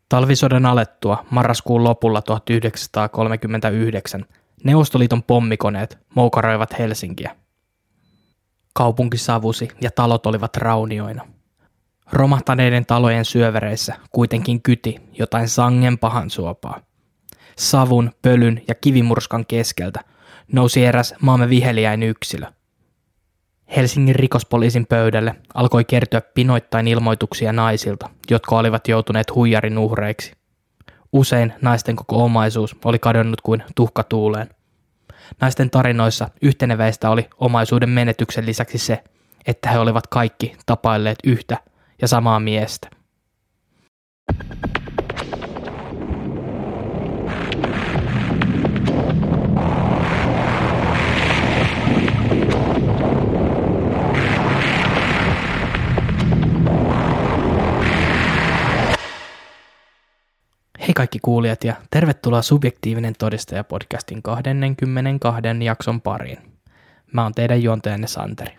Talvisodan alettua marraskuun lopulla 1939 Neuvostoliiton pommikoneet moukaroivat Helsinkiä. Kaupunki savusi ja talot olivat raunioina. Romahtaneiden talojen syövereissä kuitenkin kyti jotain sangen pahan suopaa. Savun, pölyn ja kivimurskan keskeltä nousi eräs maamme viheliäin yksilö. Helsingin rikospoliisin pöydälle alkoi kertyä pinoittain ilmoituksia naisilta, jotka olivat joutuneet huijarin uhreiksi. Usein naisten koko omaisuus oli kadonnut kuin tuhka tuuleen. Naisten tarinoissa yhteneväistä oli omaisuuden menetyksen lisäksi se, että he olivat kaikki tapailleet yhtä ja samaa miestä. Hei kaikki kuulijat ja tervetuloa Subjektiivinen todistaja podcastin 22 jakson pariin. Mä oon teidän juontajanne Santeri.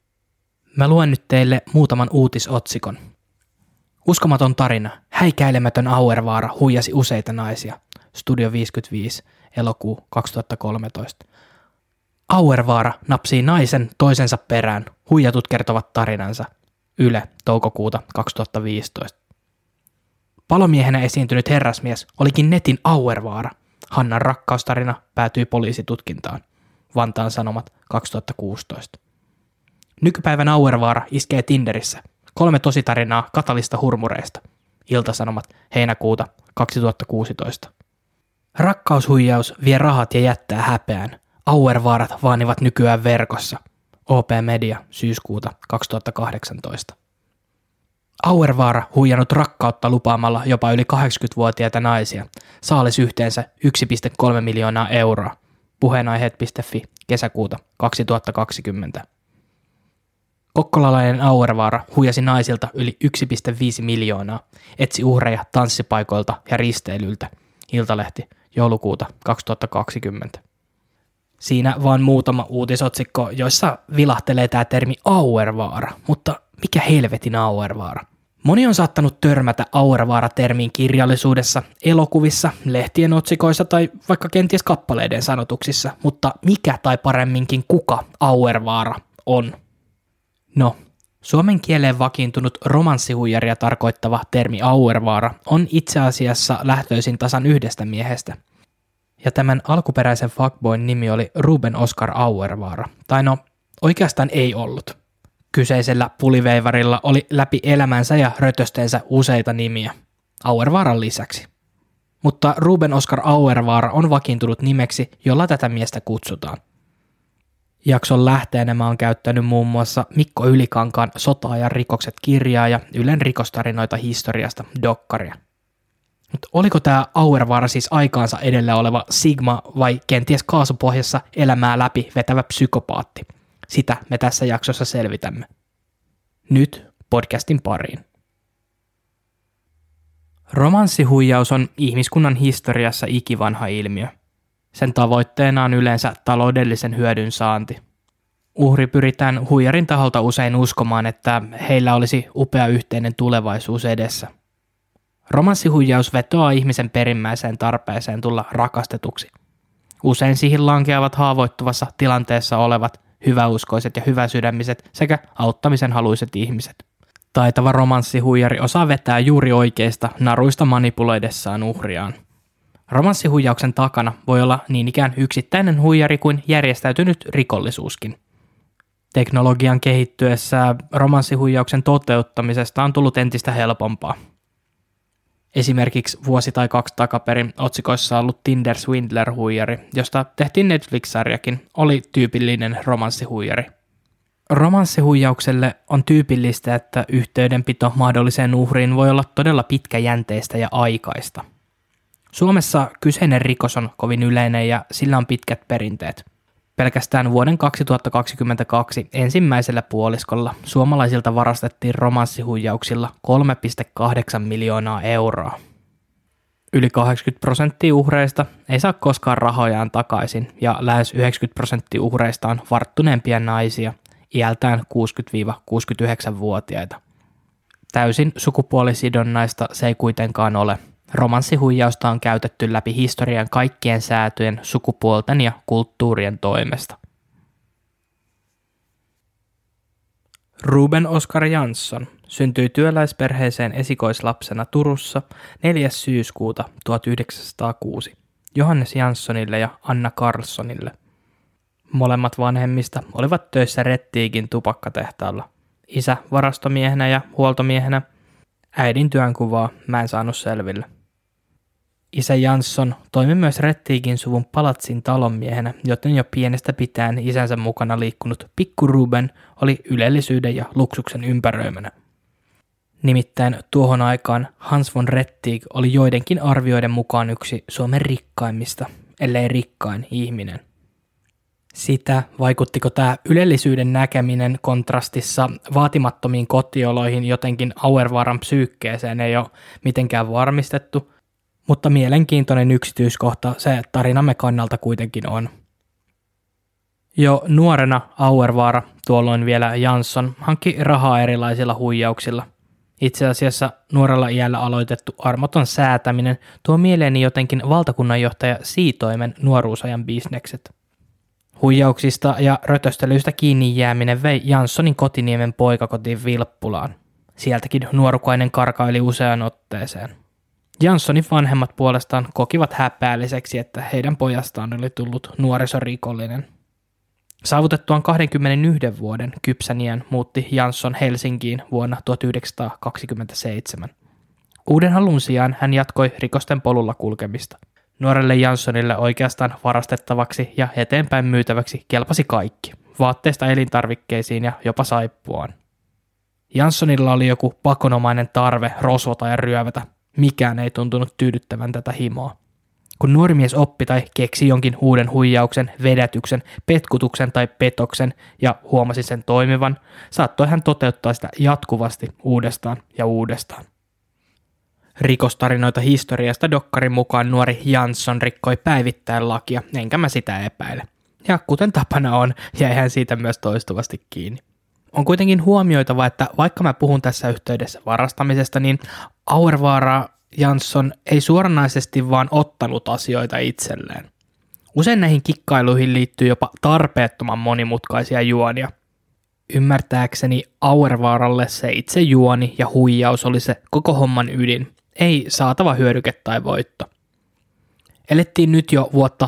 Mä luen nyt teille muutaman uutisotsikon. Uskomaton tarina. Häikäilemätön Auervaara huijasi useita naisia. Studio 55, elokuu 2013. Auervaara napsii naisen toisensa perään. Huijatut kertovat tarinansa. Yle, toukokuuta 2015. Palomiehenä esiintynyt herrasmies olikin netin Auervaara. Hannan rakkaustarina päätyi poliisitutkintaan. Vantaan Sanomat 2016. Nykypäivän Auervaara iskee Tinderissä. 3 tositarinaa katalista hurmureista. Ilta-Sanomat heinäkuuta 2016. Rakkaushuijaus vie rahat ja jättää häpeän. Auervaarat vaanivat nykyään verkossa. OP Media syyskuuta 2018. Auervaara huijannut rakkautta lupaamalla jopa yli 80-vuotiaita naisia. Saalis yhteensä 1,3 miljoonaa euroa. Puheenaiheet.fi kesäkuuta 2020. Kokkolalainen Auervaara huijasi naisilta yli 1,5 miljoonaa. Etsi uhreja tanssipaikoilta ja risteilyltä. Iltalehti joulukuuta 2020. Siinä vaan muutama uutisotsikko, joissa vilahtelee tämä termi Auervaara, mutta mikä helvetin Auervaara? Moni on saattanut törmätä Auervaara-termiin kirjallisuudessa, elokuvissa, lehtien otsikoissa tai vaikka kenties kappaleiden sanotuksissa, mutta mikä tai paremminkin kuka Auervaara on? No, suomen kieleen vakiintunut romanssihuijaria tarkoittava termi Auervaara on itse asiassa lähtöisin tasan yhdestä miehestä. Ja tämän alkuperäisen fuckboyn nimi oli Ruben Oskar Auervaara, tai no oikeastaan ei ollut. Kyseisellä puliveivarilla oli läpi elämänsä ja rötösteensä useita nimiä, Auervaaran lisäksi. Mutta Ruben Oskar Auervaara on vakiintunut nimeksi, jolla tätä miestä kutsutaan. Jakson lähteenä mä oon käyttänyt muun muassa Mikko Ylikankaan Sota-ajan rikokset -kirjaa ja Ylen rikostarinoita historiasta -dokkaria. Mutta oliko tämä Auervaara siis aikaansa edellä oleva Sigma vai kenties kaasupohjassa elämää läpi vetävä psykopaatti? Sitä me tässä jaksossa selvitämme. Nyt podcastin pariin. Romanssihuijaus on ihmiskunnan historiassa ikivanha ilmiö. Sen tavoitteena on yleensä taloudellisen hyödyn saanti. Uhri pyritään huijarin taholta usein uskomaan, että heillä olisi upea yhteinen tulevaisuus edessä. Romanssihuijaus vetoaa ihmisen perimmäiseen tarpeeseen tulla rakastetuksi. Usein siihen lankeavat haavoittuvassa tilanteessa olevat hyväuskoiset ja hyväsydämiset sekä auttamisen haluiset ihmiset. Taitava romanssihuijari osaa vetää juuri oikeista naruista manipuloidessaan uhriaan. Romanssihuijauksen takana voi olla niin ikään yksittäinen huijari kuin järjestäytynyt rikollisuuskin. Teknologian kehittyessä romanssihuijauksen toteuttamisesta on tullut entistä helpompaa. Esimerkiksi vuosi tai 2 takaperin otsikoissa ollut Tinder Swindler-huijari, josta tehtiin Netflix-sarjakin, oli tyypillinen romanssihuijari. Romanssihuijaukselle on tyypillistä, että yhteydenpito mahdolliseen uhriin voi olla todella pitkäjänteistä ja aikaista. Suomessa kyseinen rikos on kovin yleinen ja sillä on pitkät perinteet. Pelkästään vuoden 2022 ensimmäisellä puoliskolla suomalaisilta varastettiin romanssihuijauksilla 3,8 miljoonaa euroa. Yli 80% uhreista ei saa koskaan rahojaan takaisin ja lähes 90% uhreista on varttuneempia naisia, iältään 60-69-vuotiaita. Täysin sukupuolisidonnaista se ei kuitenkaan ole. Romanssihuijausta on käytetty läpi historian kaikkien säätyjen, sukupuolten ja kulttuurien toimesta. Ruben Oskar Jansson syntyi työläisperheeseen esikoislapsena Turussa 4. syyskuuta 1906 Johannes Janssonille ja Anna Karlssonille. Molemmat vanhemmista olivat töissä Rättikin tupakkatehtaalla. Isä varastomiehenä ja huoltomiehenä. Äidin työnkuvaa mä en saanut selville. Isä Jansson toimi myös Rättikin suvun palatsin talonmiehenä, joten jo pienestä pitäen isänsä mukana liikkunut pikku Ruben oli ylellisyyden ja luksuksen ympäröimänä. Nimittäin tuohon aikaan Hans von Rättig oli joidenkin arvioiden mukaan yksi Suomen rikkaimmista, ellei rikkain ihminen. Sitä, vaikuttiko tämä ylellisyyden näkeminen kontrastissa vaatimattomiin kotioloihin jotenkin Auervaaran psyykkeeseen, ei ole mitenkään varmistettu, mutta mielenkiintoinen yksityiskohta se tarinamme kannalta kuitenkin on. Jo nuorena Auervaara, tuolloin vielä Jansson, hankki rahaa erilaisilla huijauksilla. Itse asiassa nuorella iällä aloitettu armoton säätäminen tuo mieleeni jotenkin valtakunnanjohtaja Siitoimen nuoruusajan bisnekset. Huijauksista ja rötöstelyistä kiinni jääminen vei Janssonin kotiniemen poikakotiin Vilppulaan. Sieltäkin nuorukainen karkaili useaan otteeseen. Janssonin vanhemmat puolestaan kokivat häpeälliseksi, että heidän pojastaan oli tullut nuorisorikollinen. Saavutettuaan 21 vuoden kypsän iän muutti Jansson Helsinkiin vuonna 1927. Uuden halun sijaan hän jatkoi rikosten polulla kulkemista. Nuorelle Janssonille oikeastaan varastettavaksi ja eteenpäin myytäväksi kelpasi kaikki, vaatteista elintarvikkeisiin ja jopa saippuaan. Janssonilla oli joku pakonomainen tarve rosvota ja ryövätä. Mikään ei tuntunut tyydyttävän tätä himoa. Kun nuori mies oppi tai keksi jonkin uuden huijauksen, vedätyksen, petkutuksen tai petoksen ja huomasi sen toimivan, saattoi hän toteuttaa sitä jatkuvasti uudestaan ja uudestaan. Rikostarinoita historiasta dokkarin mukaan nuori Jansson rikkoi päivittäin lakia, enkä mä sitä epäile. Ja kuten tapana on, jäi hän siitä myös toistuvasti kiinni. On kuitenkin huomioitava, että vaikka mä puhun tässä yhteydessä varastamisesta, niin Auervaara Jansson ei suoranaisesti vaan ottanut asioita itselleen. Usein näihin kikkailuihin liittyy jopa tarpeettoman monimutkaisia juonia. Ymmärtääkseni Auervaaralle se itse juoni ja huijaus oli se koko homman ydin, ei saatava hyödyke tai voitto. Elettiin nyt jo vuotta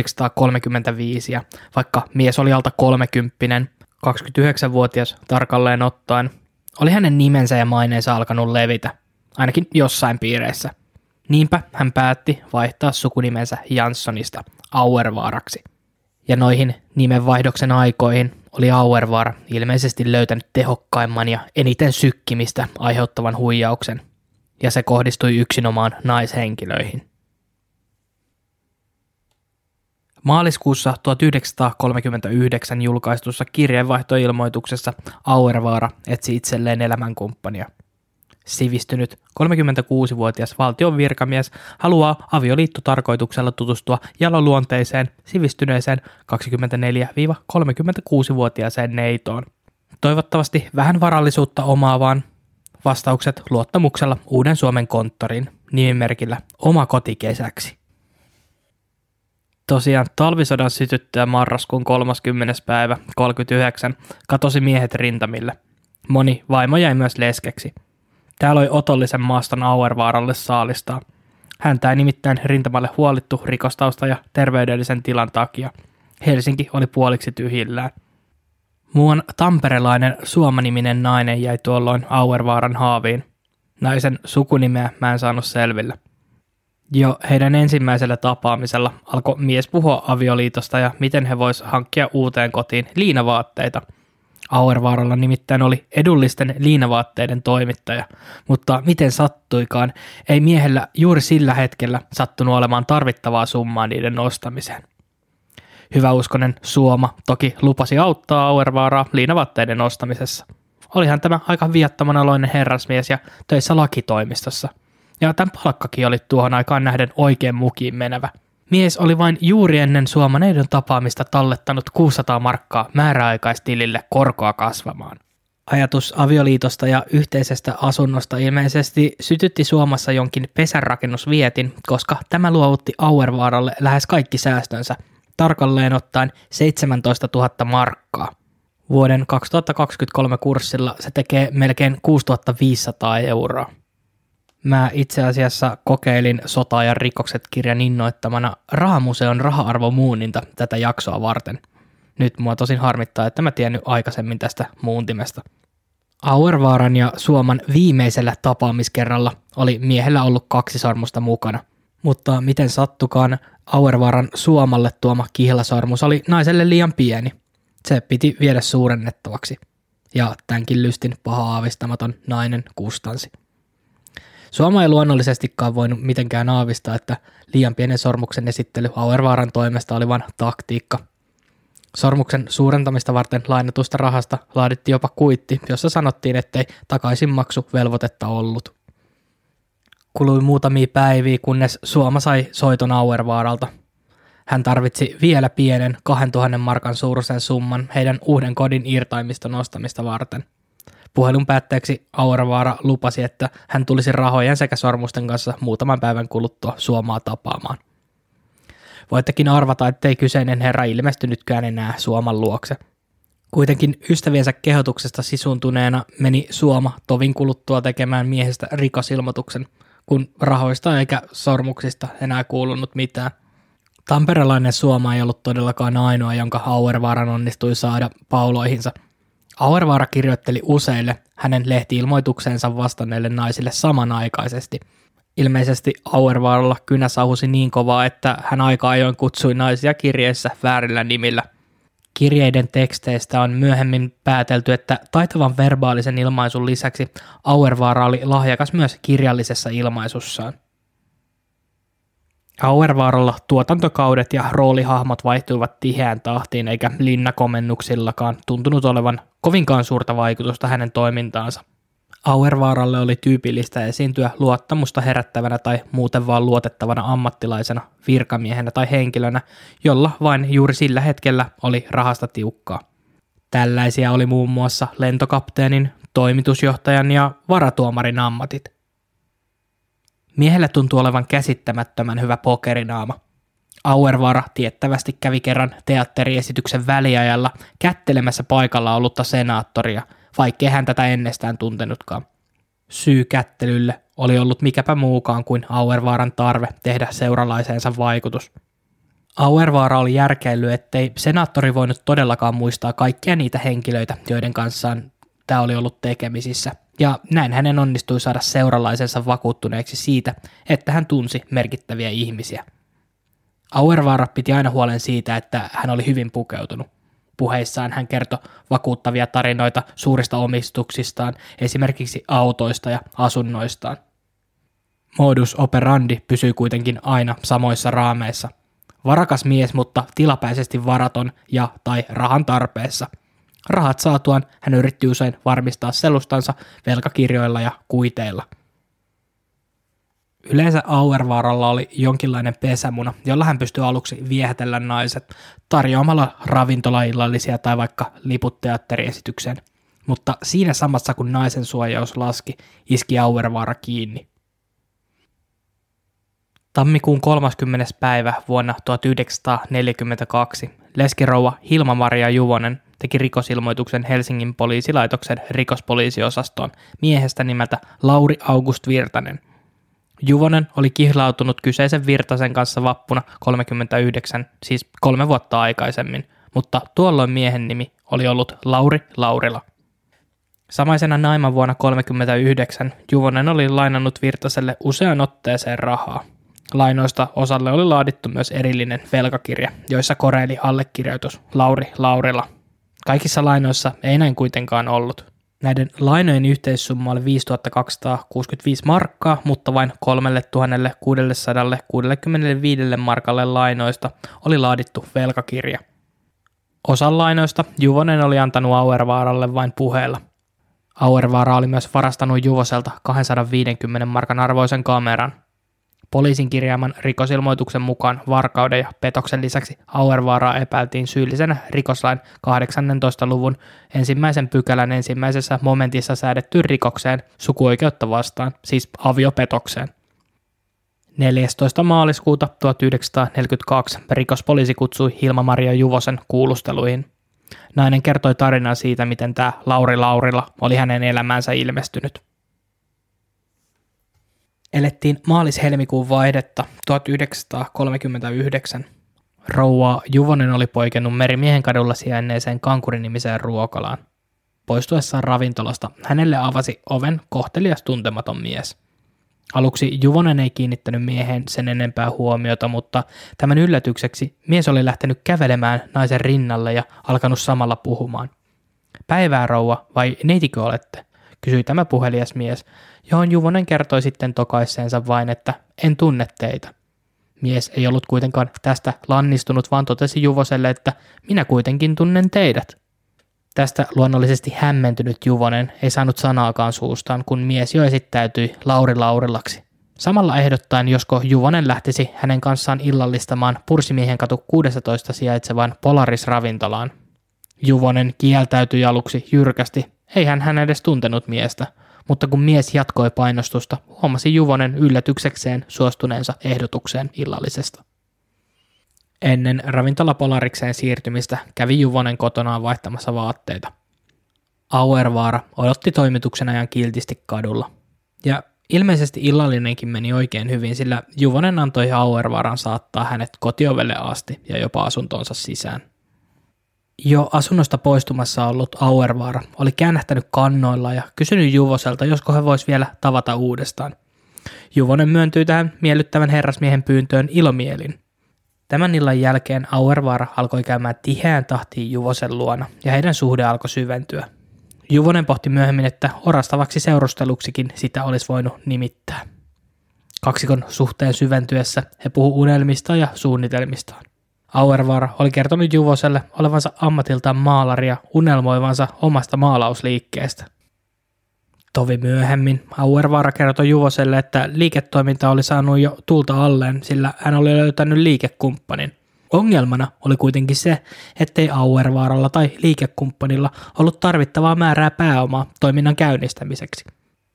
1935 ja vaikka mies oli alta 30, 29-vuotias tarkalleen ottaen, oli hänen nimensä ja maineensa alkanut levitä, ainakin jossain piireissä. Niinpä hän päätti vaihtaa sukunimensä Janssonista Auervaaraksi. Ja noihin nimenvaihdoksen aikoihin oli Auervaara ilmeisesti löytänyt tehokkaimman ja eniten sykkimistä aiheuttavan huijauksen, ja se kohdistui yksinomaan naishenkilöihin. Maaliskuussa 1939 julkaistussa kirjeenvaihtoilmoituksessa Auervaara etsi itselleen elämänkumppania. Sivistynyt 36-vuotias valtion virkamies haluaa avioliittotarkoituksella tutustua jaloluonteiseen, sivistyneeseen 24-36-vuotiaaseen neitoon. Toivottavasti vähän varallisuutta omaavaan, vastaukset luottamuksella Uuden Suomen konttoriin nimimerkillä Oma kotikesäksi. Tosiaan talvisodan sytyttyä marraskuun 30. päivä 39 katosi miehet rintamille. Moni vaimo jäi myös leskeksi. Tää loi otollisen maaston Auervaaralle saalistaa. Häntä ei nimittäin rintamalle huolittu rikostausta ja terveydellisen tilan takia. Helsinki oli puoliksi tyhjillään. Muuan tamperelainen Suoma-niminen nainen jäi tuolloin Auervaaran haaviin. Naisen sukunimeä mä en saanut selville. Jo heidän ensimmäisellä tapaamisella alkoi mies puhua avioliitosta ja miten he vois hankkia uuteen kotiin liinavaatteita. Auervaaralla nimittäin oli edullisten liinavaatteiden toimittaja, mutta miten sattuikaan, ei miehellä juuri sillä hetkellä sattunut olemaan tarvittavaa summaa niiden ostamiseen. Hyväuskonen Suoma toki lupasi auttaa Auervaaraa liinavaatteiden ostamisessa. Olihan tämä aika viattomanaloinen herrasmies ja töissä lakitoimistossa. Ja tämän palkkakin oli tuohon aikaan nähden oikein mukiin menevä. Mies oli vain juuri ennen Suoma-neidon tapaamista tallettanut 600 markkaa määräaikaistilille korkoa kasvamaan. Ajatus avioliitosta ja yhteisestä asunnosta ilmeisesti sytytti Suomessa jonkin pesänrakennusvietin, koska tämä luovutti Auervaaralle lähes kaikki säästönsä, tarkalleen ottaen 17 000 markkaa. Vuoden 2023 kurssilla se tekee melkein 6500 euroa. Mä itse asiassa kokeilin Sota ja rikokset-kirjan innoittamana Rahamuseon raha-arvomuunninta tätä jaksoa varten. Nyt mua tosin harmittaa, että mä tiennyt aikaisemmin tästä muuntimesta. Auervaaran ja Suoman viimeisellä tapaamiskerralla oli miehellä ollut 2 sormusta mukana, mutta miten sattukaan Auervaaran Suomalle tuoma kihlasormus oli naiselle liian pieni. Se piti viedä suurennettavaksi, ja tämänkin lystin paha aavistamaton nainen kustansi. Suoma ei luonnollisestikaan voinut mitenkään aavistaa, että liian pienen sormuksen esittely Auervaaran toimesta oli vain taktiikka. Sormuksen suurentamista varten lainatusta rahasta laadittiin jopa kuitti, jossa sanottiin, ettei takaisinmaksuvelvoitetta ollut. Kului muutamia päiviä, kunnes Suoma sai soiton Auervaaralta. Hän tarvitsi vielä pienen 2000 markan suuruisen summan heidän uuden kodin irtaimiston ostamista varten. Puhelun päätteeksi Auervaara lupasi, että hän tulisi rahojen sekä sormusten kanssa muutaman päivän kuluttua Suomaa tapaamaan. Voittekin arvata, ettei kyseinen herra ilmestynytkään enää Suoman luokse. Kuitenkin ystäviensä kehotuksesta sisuntuneena meni Suoma tovin kuluttua tekemään miehestä rikosilmoituksen, kun rahoista eikä sormuksista enää kuulunut mitään. Tamperelainen Suoma ei ollut todellakaan ainoa, jonka Auervaaran onnistui saada pauloihinsa. Auervaara kirjoitteli useille hänen lehti-ilmoitukseensa vastanneille naisille samanaikaisesti. Ilmeisesti Auervaaralla kynä sahusi niin kovaa, että hän aika ajoin kutsui naisia kirjeissä väärillä nimillä. Kirjeiden teksteistä on myöhemmin päätelty, että taitavan verbaalisen ilmaisun lisäksi Auervaara oli lahjakas myös kirjallisessa ilmaisussaan. Auervaaralla tuotantokaudet ja roolihahmot vaihtuivat tiheään tahtiin, eikä linnakomennuksillakaan tuntunut olevan kovinkaan suurta vaikutusta hänen toimintaansa. Auervaaralle oli tyypillistä esiintyä luottamusta herättävänä tai muuten vaan luotettavana ammattilaisena, virkamiehenä tai henkilönä, jolla vain juuri sillä hetkellä oli rahasta tiukkaa. Tällaisia oli muun muassa lentokapteenin, toimitusjohtajan ja varatuomarin ammatit. Miehellä tuntui olevan käsittämättömän hyvä pokerinaama. Auervaara tiettävästi kävi kerran teatteriesityksen väliajalla kättelemässä paikalla ollutta senaattoria, vaikkei hän tätä ennestään tuntenutkaan. Syy kättelylle oli ollut mikäpä muukaan kuin Auervaaran tarve tehdä seuralaiseensa vaikutus. Auervaara oli järkeillyt, ettei senaattori voinut todellakaan muistaa kaikkia niitä henkilöitä, joiden kanssaan tämä oli ollut tekemisissä, ja näin hänen onnistui saada seuralaisensa vakuuttuneeksi siitä, että hän tunsi merkittäviä ihmisiä. Auervaara piti aina huolen siitä, että hän oli hyvin pukeutunut. Puheissaan hän kertoi vakuuttavia tarinoita suurista omistuksistaan, esimerkiksi autoista ja asunnoistaan. Modus operandi pysyi kuitenkin aina samoissa raameissa. Varakas mies, mutta tilapäisesti varaton ja tai rahan tarpeessa. Rahat saatuaan hän yritti usein varmistaa selustansa velkakirjoilla ja kuiteilla. Yleensä Auervaaralla oli jonkinlainen pesämuna, jolla hän pystyi aluksi viehätellä naiset tarjoamalla ravintolaillallisia tai vaikka liput teatteriesitykseen. Mutta siinä samassa kun naisen suojaus laski, iski Auervaara kiinni. Tammikuun 30. päivä vuonna 1942 leskirouva Hilma-Maria Juvonen teki rikosilmoituksen Helsingin poliisilaitoksen rikospoliisiosastoon miehestä nimeltä Lauri August Virtanen. Juvonen oli kihlautunut kyseisen Virtasen kanssa vappuna 39, siis 3 vuotta aikaisemmin, mutta tuolloin miehen nimi oli ollut Lauri Laurila. Samaisena naiman vuonna 1939 Juvonen oli lainannut Virtaselle usean otteeseen rahaa. Lainoista osalle oli laadittu myös erillinen velkakirja, joissa koreili allekirjoitus Lauri Laurila. Kaikissa lainoissa ei näin kuitenkaan ollut. Näiden lainojen yhteissumma oli 5265 markkaa, mutta vain 3665 markalle lainoista oli laadittu velkakirja. Osan lainoista Juvonen oli antanut Auervaaralle vain puheella. Auervaara oli myös varastanut Juvoselta 250 markan arvoisen kameran. Poliisin kirjaaman rikosilmoituksen mukaan varkauden ja petoksen lisäksi Auervaaraa epäiltiin syyllisenä rikoslain 18. luvun 1. pykälän 1. momentissa säädettyyn rikokseen sukuoikeutta vastaan, siis aviopetokseen. 14. maaliskuuta 1942 rikospoliisi kutsui Hilma-Maria Juvosen kuulusteluihin. Nainen kertoi tarinaa siitä, miten tämä Lauri Laurila oli hänen elämäänsä ilmestynyt. Elettiin maalis-helmikuun vaihdetta 1939. Rouva Juvonen oli poikennut Merimiehen kadulla sijainneeseen Kankuri-nimiseen ruokalaan. Poistuessaan ravintolasta hänelle avasi oven kohtelias tuntematon mies. Aluksi Juvonen ei kiinnittänyt mieheen sen enempää huomiota, mutta tämän yllätykseksi mies oli lähtenyt kävelemään naisen rinnalle ja alkanut samalla puhumaan. Päivää rouva, vai neitikö olette? Kysyi tämä puhelias mies, johon Juvonen kertoi sitten tokaisseensa vain, että en tunne teitä. Mies ei ollut kuitenkaan tästä lannistunut, vaan totesi Juvoselle, että minä kuitenkin tunnen teidät. Tästä luonnollisesti hämmentynyt Juvonen ei saanut sanaakaan suustaan, kun mies jo esittäytyi Lauri Laurilaksi. Samalla ehdottaen, josko Juvonen lähtisi hänen kanssaan illallistamaan Pursimiehen katu 16 sijaitsevan Polaris-ravintolaan. Juvonen kieltäytyi aluksi jyrkästi, ei hän edes tuntenut miestä, mutta kun mies jatkoi painostusta, huomasi Juvonen yllätyksekseen suostuneensa ehdotukseen illallisesta. Ennen ravintola Polarikseen siirtymistä kävi Juvonen kotonaan vaihtamassa vaatteita. Auervaara odotti toimituksen ajan kiltisti kadulla. Ja ilmeisesti illallinenkin meni oikein hyvin, sillä Juvonen antoi Auervaaran saattaa hänet kotiovelle asti ja jopa asuntonsa sisään. Jo asunnosta poistumassa ollut Auervaara oli käännähtänyt kannoilla ja kysynyt Juvoselta, josko he vois vielä tavata uudestaan. Juvonen myöntyi tähän miellyttävän herrasmiehen pyyntöön ilomielin. Tämän illan jälkeen Auervaara alkoi käymään tiheään tahtiin Juvosen luona ja heidän suhde alkoi syventyä. Juvonen pohti myöhemmin, että orastavaksi seurusteluksikin sitä olisi voinut nimittää. Kaksikon suhteen syventyessä he puhuivat unelmista ja suunnitelmistaan. Auervaara oli kertonut Juvoselle olevansa ammatiltaan maalari ja unelmoivansa omasta maalausliikkeestä. Tovi myöhemmin Auervaara kertoi Juvoselle, että liiketoiminta oli saanut jo tulta alleen, sillä hän oli löytänyt liikekumppanin. Ongelmana oli kuitenkin se, ettei Auervaaralla tai liikekumppanilla ollut tarvittavaa määrää pääomaa toiminnan käynnistämiseksi.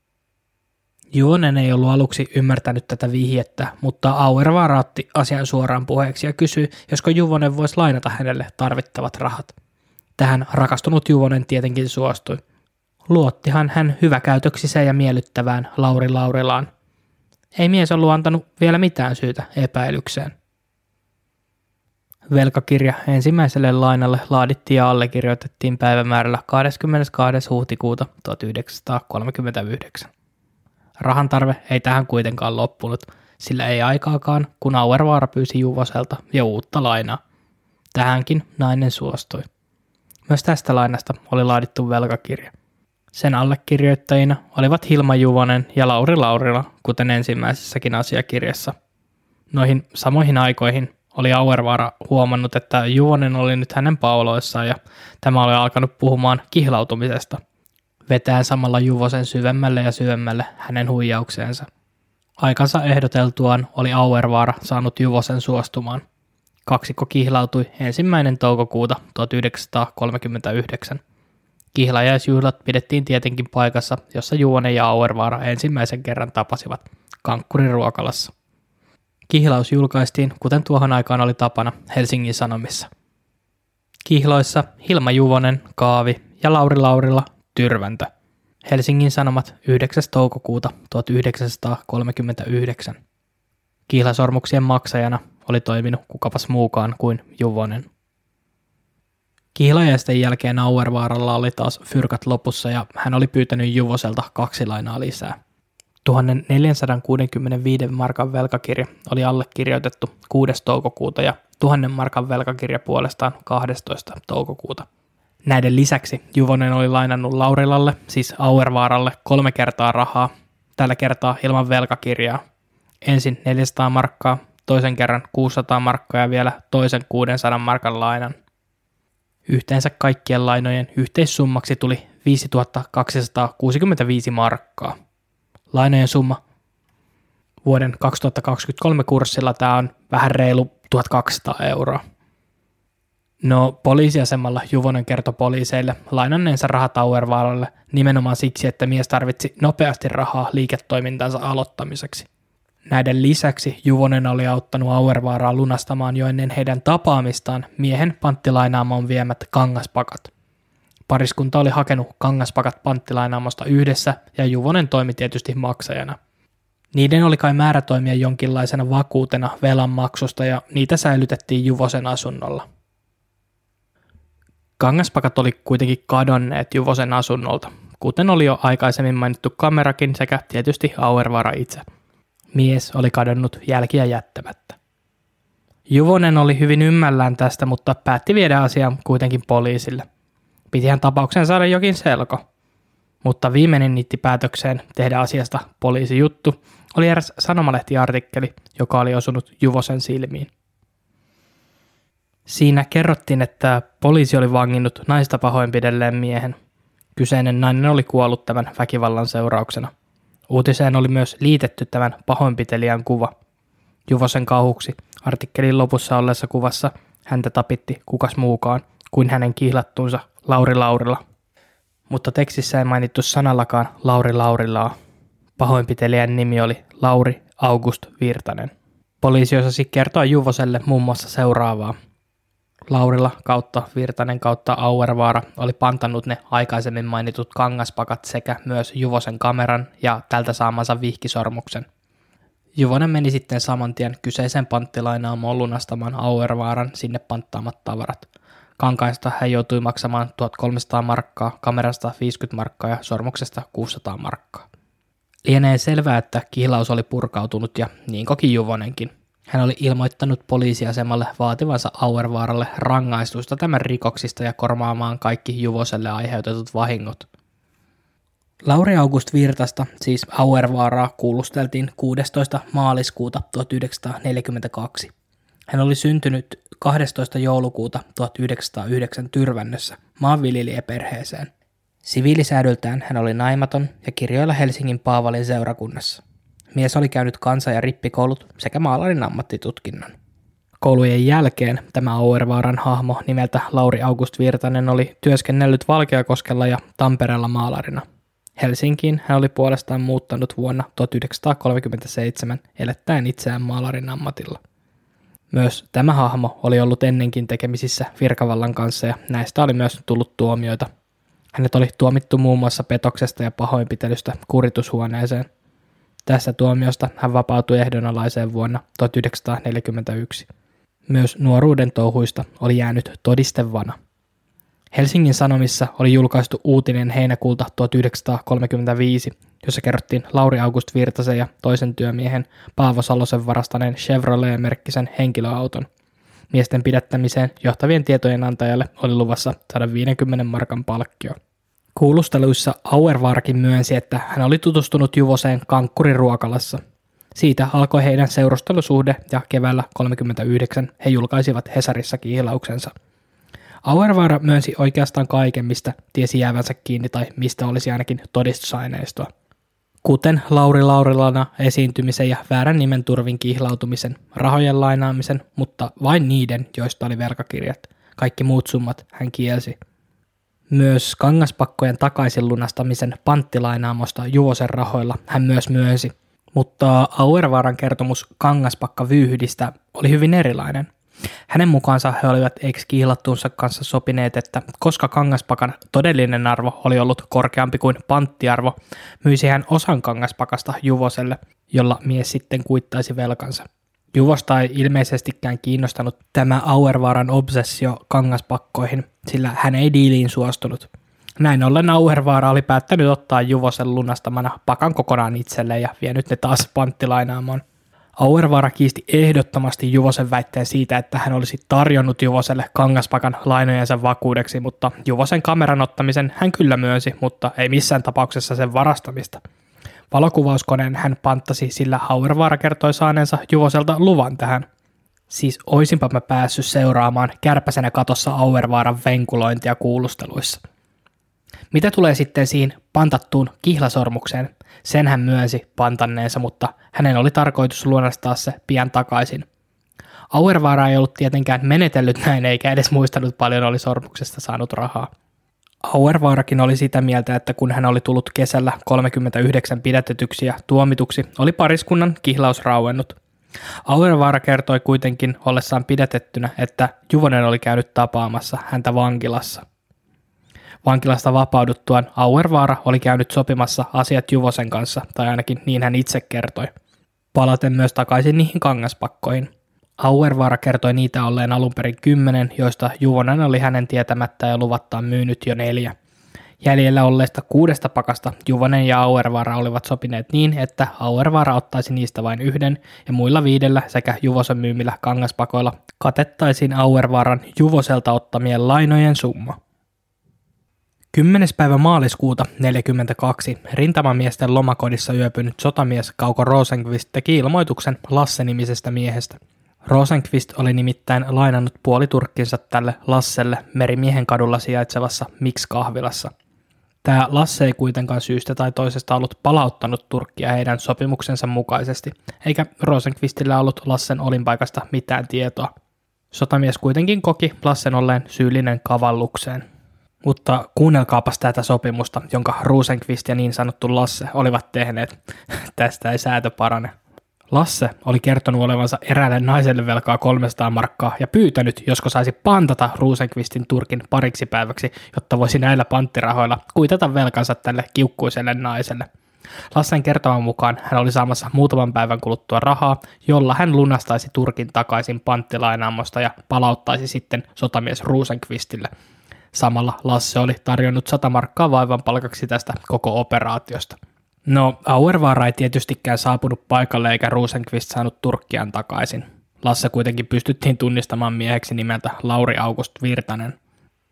Juvonen ei ollut aluksi ymmärtänyt tätä vihjettä, mutta Auervaara otti asian suoraan puheeksi ja kysyi, josko Juvonen voisi lainata hänelle tarvittavat rahat. Tähän rakastunut Juvonen tietenkin suostui. Luottihan hän hyväkäytöksiseen ja miellyttävään Lauri Laurilaan. Ei mies ollut antanut vielä mitään syytä epäilykseen. Velkakirja ensimmäiselle lainalle laadittiin ja allekirjoitettiin päivämäärällä 22. huhtikuuta 1939. Rahan tarve ei tähän kuitenkaan loppunut, sillä ei aikaakaan, kun Auervaara pyysi Juvoselta jo uutta lainaa. Tähänkin nainen suostui. Myös tästä lainasta oli laadittu velkakirja. Sen allekirjoittajina olivat Hilma Juvonen ja Lauri Laurila, kuten ensimmäisessäkin asiakirjassa. Noihin samoihin aikoihin oli Auervaara huomannut, että Juvonen oli nyt hänen pauloissaan ja tämä oli alkanut puhumaan kihlautumisesta, vetäen samalla Juvosen syvemmälle ja syvemmälle hänen huijaukseensa. Aikansa ehdoteltuaan oli Auervaara saanut Juvosen suostumaan. Kaksikko kihlautui 1. toukokuuta 1939. Kihlajaisjuhlat pidettiin tietenkin paikassa, jossa Juvonen ja Auervaara ensimmäisen kerran tapasivat, Kankkurin ruokalassa. Kihlaus julkaistiin, kuten tuohon aikaan oli tapana, Helsingin Sanomissa. Kihloissa Hilma Juvonen, Kaavi ja Lauri Laurila, Tyrväntö. Helsingin Sanomat 9. toukokuuta 1939. Kihlasormuksien maksajana oli toiminut kukapas muukaan kuin Juvonen. Kihlajaisten jälkeen Auervaaralla oli taas fyrkat lopussa ja hän oli pyytänyt Juvoselta 2 lainaa lisää. 1465 markan velkakirja oli allekirjoitettu 6. toukokuuta ja 1000 markan velkakirja puolestaan 12. toukokuuta. Näiden lisäksi Juvonen oli lainannut Laurilalle, siis Auervaaralle, 3 kertaa rahaa, tällä kertaa ilman velkakirjaa. Ensin 400 markkaa, toisen kerran 600 markkaa ja vielä toisen 600 markan lainan. Yhteensä kaikkien lainojen yhteissummaksi tuli 5265 markkaa. Lainojen summa Vuoden 2023 kurssilla tämä on vähän reilu 1200 euroa. No, poliisiasemalla Juvonen kertoi poliiseille lainanneensa rahat Auervaaralle nimenomaan siksi, että mies tarvitsi nopeasti rahaa liiketoimintansa aloittamiseksi. Näiden lisäksi Juvonen oli auttanut Auervaaraa lunastamaan jo ennen heidän tapaamistaan miehen panttilainaamoon viemät kangaspakat. Pariskunta oli hakenut kangaspakat panttilainaamosta yhdessä ja Juvonen toimi tietysti maksajana. Niiden oli kai määrä toimia jonkinlaisena vakuutena velan maksusta ja niitä säilytettiin Juvosen asunnolla. Kangaspakat oli kuitenkin kadonneet Juvosen asunnolta, kuten oli jo aikaisemmin mainittu kamerakin sekä tietysti Auervaara itse. Mies oli kadonnut jälkiä jättämättä. Juvonen oli hyvin ymmällään tästä, mutta päätti viedä asian kuitenkin poliisille. Pitihän tapauksen saada jokin selko. Mutta viimeinen niitti päätökseen tehdä asiasta poliisijuttu oli eräs sanomalehtiartikkeli, joka oli osunut Juvosen silmiin. Siinä kerrottiin, että poliisi oli vanginnut naista pahoinpidelleen miehen. Kyseinen nainen oli kuollut tämän väkivallan seurauksena. Uutiseen oli myös liitetty tämän pahoinpitelijän kuva. Juvosen kauhuksi artikkelin lopussa olleessa kuvassa häntä tapitti kukas muukaan kuin hänen kihlattunsa Lauri Laurila. Mutta tekstissä ei mainittu sanallakaan Lauri Laurilaa. Pahoinpitelijän nimi oli Lauri August Virtanen. Poliisi osasi kertoa Juvoselle muun muassa seuraavaa. Laurila kautta Virtanen kautta Auervaara oli pantannut ne aikaisemmin mainitut kangaspakat sekä myös Juvosen kameran ja tältä saamansa vihkisormuksen. Juvonen meni sitten saman tien kyseisen panttilainaamoon lunastamaan Auervaaran sinne panttaamat tavarat. Kankaista hän joutui maksamaan 1300 markkaa, kamerasta 50 markkaa ja sormuksesta 600 markkaa. Lienee selvää, että kihlaus oli purkautunut ja niin koki Juvonenkin. Hän oli ilmoittanut poliisiasemalle vaativansa Auervaaralle rangaistusta tämän rikoksista ja korvaamaan kaikki Juvoselle aiheutetut vahingot. Lauri August Virtasta, siis Auervaaraa, kuulusteltiin 16. maaliskuuta 1942. Hän oli syntynyt 12. joulukuuta 1909 Tyrvännössä maanviljelijäperheeseen. Siviilisäädyltään hän oli naimaton ja kirjoilla Helsingin Paavalin seurakunnassa. Mies oli käynyt kansa- ja rippikoulut sekä maalarin ammattitutkinnon. Koulujen jälkeen tämä Auervaaran hahmo nimeltä Lauri August Virtanen oli työskennellyt Valkeakoskella ja Tampereella maalarina. Helsinkiin hän oli puolestaan muuttanut vuonna 1937 elättäen itseään maalarin ammatilla. Myös tämä hahmo oli ollut ennenkin tekemisissä virkavallan kanssa ja näistä oli myös tullut tuomioita. Hänet oli tuomittu muun muassa petoksesta ja pahoinpitelystä kuritushuoneeseen. Tästä tuomiosta hän vapautui ehdonalaiseen vuonna 1941. Myös nuoruuden touhuista oli jäänyt todistevana. Helsingin Sanomissa oli julkaistu uutinen heinäkuulta 1935, jossa kerrottiin Lauri August Virtasen ja toisen työmiehen Paavo Salosen varastaneen Chevrolet-merkkisen henkilöauton. Miesten pidättämiseen johtavien tietojen antajalle oli luvassa 150 markan palkkio. Kuulusteluissa Auervaarakin myönsi, että hän oli tutustunut Juvoseen Kankkuriruokalassa. Siitä alkoi heidän seurustelusuhde ja keväällä 1939 he julkaisivat Hesarissa kihlauksensa. Auervaara myönsi oikeastaan kaiken, mistä tiesi jäävänsä kiinni tai mistä olisi ainakin todistusaineistoa. Kuten Lauri Laurilana esiintymisen ja väärän nimen turvin kihlautumisen, rahojen lainaamisen, mutta vain niiden, joista oli velkakirjat. Kaikki muut summat hän kielsi. Myös kangaspakkojen takaisin lunastamisen panttilainaamosta Juvosen rahoilla hän myös myönsi, mutta Auervaaran kertomus kangaspakkavyyhdistä oli hyvin erilainen. Hänen mukaansa he olivat ex-kihlattuunsa kanssa sopineet, että koska kangaspakan todellinen arvo oli ollut korkeampi kuin panttiarvo, myisi hän osan kangaspakasta Juvoselle, jolla mies sitten kuittaisi velkansa. Juvosta ei ilmeisestikään kiinnostanut tämä Auervaaran obsessio kangaspakkoihin, sillä hän ei diiliin suostunut. Näin ollen Auervaara oli päättänyt ottaa Juvosen lunastamana pakan kokonaan itselleen ja vienyt ne taas panttilainaamoon. Auervaara kiisti ehdottomasti Juvosen väitteen siitä, että hän olisi tarjonnut Juvoselle kangaspakan lainojensa vakuudeksi, mutta Juvosen kameran ottamisen hän kyllä myönsi, mutta ei missään tapauksessa sen varastamista. Valokuvauskoneen hän panttasi, sillä Auervaara kertoi saaneensa Juvoselta luvan tähän. Siis oisinpa mä päässyt seuraamaan kärpäsenä katossa Auervaaran venkulointia kuulusteluissa. Mitä tulee sitten siihen pantattuun kihlasormukseen? Sen hän myönsi pantanneensa, mutta hänen oli tarkoitus luonnostaa se pian takaisin. Auervaara ei ollut tietenkään menetellyt näin eikä edes muistanut paljon oli sormuksesta saanut rahaa. Auervaarakin oli sitä mieltä, että kun hän oli tullut kesällä 39 pidätetyksi ja tuomituksi, oli pariskunnan kihlaus rauennut. Auervaara kertoi kuitenkin ollessaan pidätettynä, että Juvonen oli käynyt tapaamassa häntä vankilassa. Vankilasta vapauduttuaan Auervaara oli käynyt sopimassa asiat Juvosen kanssa, tai ainakin niin hän itse kertoi. Palaten myös takaisin niihin kangaspakkoihin. Auervaara kertoi niitä olleen alun perin 10, joista Juvonen oli hänen tietämättä ja luvattaan myynyt jo 4. Jäljellä olleesta 6 pakasta Juvonen ja Auervaara olivat sopineet niin, että Auervaara ottaisi niistä vain 1 ja muilla 5 sekä Juvosen myymillä kangaspakoilla katettaisiin Auervaaran Juvoselta ottamien lainojen summa. 10. päivä maaliskuuta 1942 rintamamiesten lomakodissa yöpynyt sotamies Kauko Rosenqvist teki ilmoituksen Lasse-nimisestä miehestä. Rosenqvist oli nimittäin lainannut puoliturkkinsa tälle Lasselle Merimiehen kadulla sijaitsevassa Mix-kahvilassa. Tämä Lasse ei kuitenkaan syystä tai toisesta ollut palauttanut Turkkia heidän sopimuksensa mukaisesti, eikä Rosenqvistillä ollut Lassen olinpaikasta mitään tietoa. Sotamies kuitenkin koki Lassen olleen syyllinen kavallukseen. Mutta kuunnelkaapas tätä sopimusta, jonka Rosenqvist ja niin sanottu Lasse olivat tehneet. Tästä ei säätö parane. Lasse oli kertonut olevansa eräälle naiselle velkaa 300 markkaa ja pyytänyt, josko saisi pantata Rosenqvistin turkin pariksi päiväksi, jotta voisi näillä panttirahoilla kuitata velkansa tälle kiukkuiselle naiselle. Lassen kertoman mukaan hän oli saamassa muutaman päivän kuluttua rahaa, jolla hän lunastaisi turkin takaisin panttilainaamosta ja palauttaisi sitten sotamies Rosenqvistille. Samalla Lasse oli tarjonnut 100 markkaa vaivan palkaksi tästä koko operaatiosta. No, Auervaara ei tietystikään saapunut paikalle eikä Rosenqvist saanut Turkkiaan takaisin. Lasse kuitenkin pystyttiin tunnistamaan mieheksi nimeltä Lauri August Virtanen.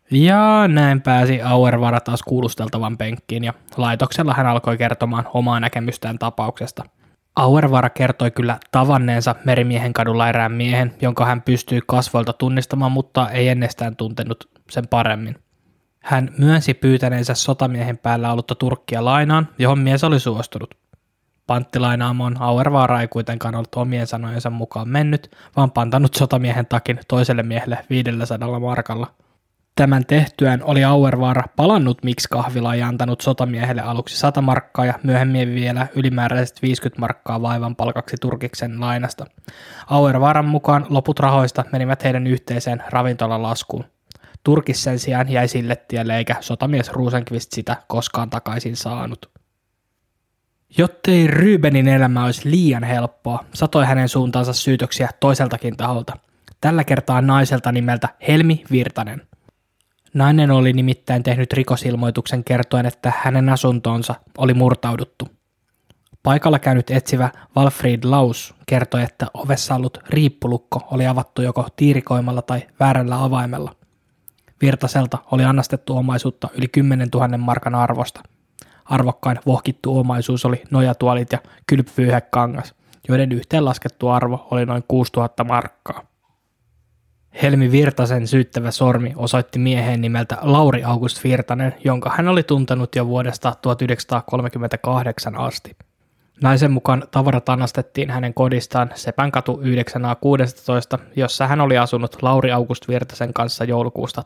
Ja näin pääsi Auervaara taas kuulusteltavan penkkiin ja laitoksella hän alkoi kertomaan omaa näkemystään tapauksesta. Auervaara kertoi kyllä tavanneensa Merimiehen kadulla erään miehen, jonka hän pystyi kasvoilta tunnistamaan, mutta ei ennestään tuntenut sen paremmin. Hän myönsi pyytäneensä sotamiehen päällä ollutta Turkkia lainaan, johon mies oli suostunut. Panttilainaamoon Auervaara ei kuitenkaan ollut omien sanojensa mukaan mennyt, vaan pantannut sotamiehen takin toiselle miehelle 500 markalla. Tämän tehtyään oli Auervaara palannut Mix-kahvilaan ja antanut sotamiehelle aluksi 100 markkaa ja myöhemmin vielä ylimääräiset 50 markkaa vaivan palkaksi Turkiksen lainasta. Auervaaran mukaan loput rahoista menivät heidän yhteiseen ravintolalaskuun. Turkis sen sijaan jäi sille tielle eikä sotamies Rosenqvist sitä koskaan takaisin saanut. Jottei Rubenin elämä olisi liian helppoa, satoi hänen suuntaansa syytöksiä toiseltakin taholta. Tällä kertaa naiselta nimeltä Helmi Virtanen. Nainen oli nimittäin tehnyt rikosilmoituksen kertoen, että hänen asuntonsa oli murtauduttu. Paikalla käynyt etsivä Walfried Laus kertoi, että ovessa ollut riippulukko oli avattu joko tiirikoimalla tai väärällä avaimella. Virtaselta oli annastettu omaisuutta yli 10 000 markan arvosta. Arvokkain vohkittu omaisuus oli nojatuolit ja kylpyvyyhekangas, joiden yhteenlaskettu arvo oli noin 6 000 markkaa. Helmi Virtasen syyttävä sormi osoitti mieheen nimeltä Lauri August Virtanen, jonka hän oli tuntenut jo vuodesta 1938 asti. Naisen mukaan tavarat annastettiin hänen kodistaan Sepänkatu 9A16, jossa hän oli asunut Lauri August Virtasen kanssa joulukuusta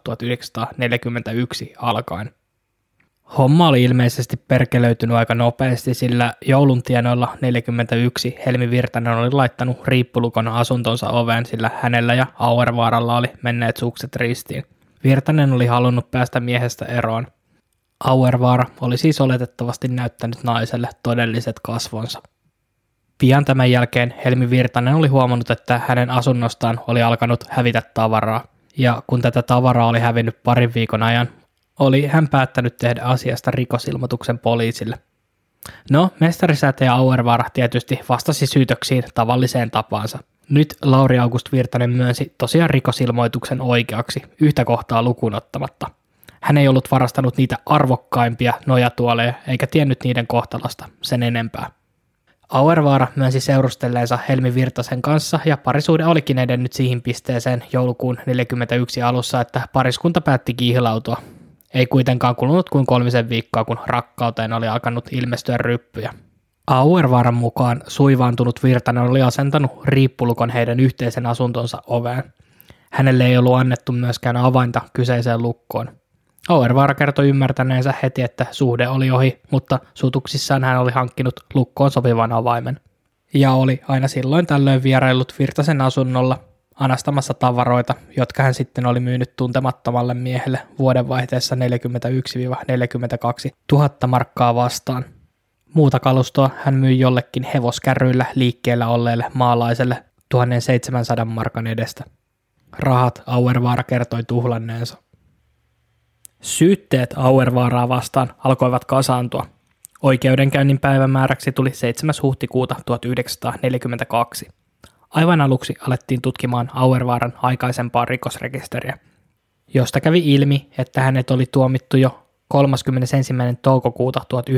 1941 alkaen. Homma oli ilmeisesti perkelöitynyt aika nopeasti, sillä joulun tienoilla 41 Helmi Virtanen oli laittanut riippulukon asuntonsa oveen, sillä hänellä ja Auervaaralla oli menneet sukset ristiin. Virtanen oli halunnut päästä miehestä eroon. Auervaara oli siis oletettavasti näyttänyt naiselle todelliset kasvonsa. Pian tämän jälkeen Helmi Virtanen oli huomannut, että hänen asunnostaan oli alkanut hävitä tavaraa, ja kun tätä tavaraa oli hävinnyt parin viikon ajan, oli hän päättänyt tehdä asiasta rikosilmoituksen poliisille. No, mestarisäätäjä Auervaara tietysti vastasi syytöksiin tavalliseen tapaansa. Nyt Lauri August Virtanen myönsi tosiaan rikosilmoituksen oikeaksi yhtä kohtaa lukuun ottamatta. Hän ei ollut varastanut niitä arvokkaimpia nojatuoleja eikä tiennyt niiden kohtalasta sen enempää. Auervaara myönsi seurustelleensa Helmi Virtasen kanssa ja parisuhde olikin edennyt siihen pisteeseen joulukuun 1941 alussa, että pariskunta päätti kihlautua. Ei kuitenkaan kulunut kuin 3 viikkoa, kun rakkauteen oli alkanut ilmestyä ryppyjä. Auervaaran mukaan suivaantunut Virtanen oli asentanut riippulukon heidän yhteisen asuntonsa oveen. Hänelle ei ollut annettu myöskään avainta kyseiseen lukkoon. Auervaara kertoi ymmärtäneensä heti, että suhde oli ohi, mutta suutuksissaan hän oli hankkinut lukkoon sopivan avaimen. Ja oli aina silloin tällöin vieraillut Virtasen asunnolla anastamassa tavaroita, jotka hän sitten oli myynyt tuntemattomalle miehelle vuodenvaihteessa 41–42 000 markkaa vastaan. Muuta kalustoa hän myi jollekin hevoskärryillä liikkeellä olleelle maalaiselle 1700 markan edestä. Rahat Auervaara kertoi tuhlanneensa. Syytteet Auervaaraa vastaan alkoivat kasaantua. Oikeudenkäynnin päivämääräksi tuli 7. huhtikuuta 1942. Aivan aluksi alettiin tutkimaan Auervaaran aikaisempaa rikosrekisteriä, josta kävi ilmi, että hänet oli tuomittu jo 31. toukokuuta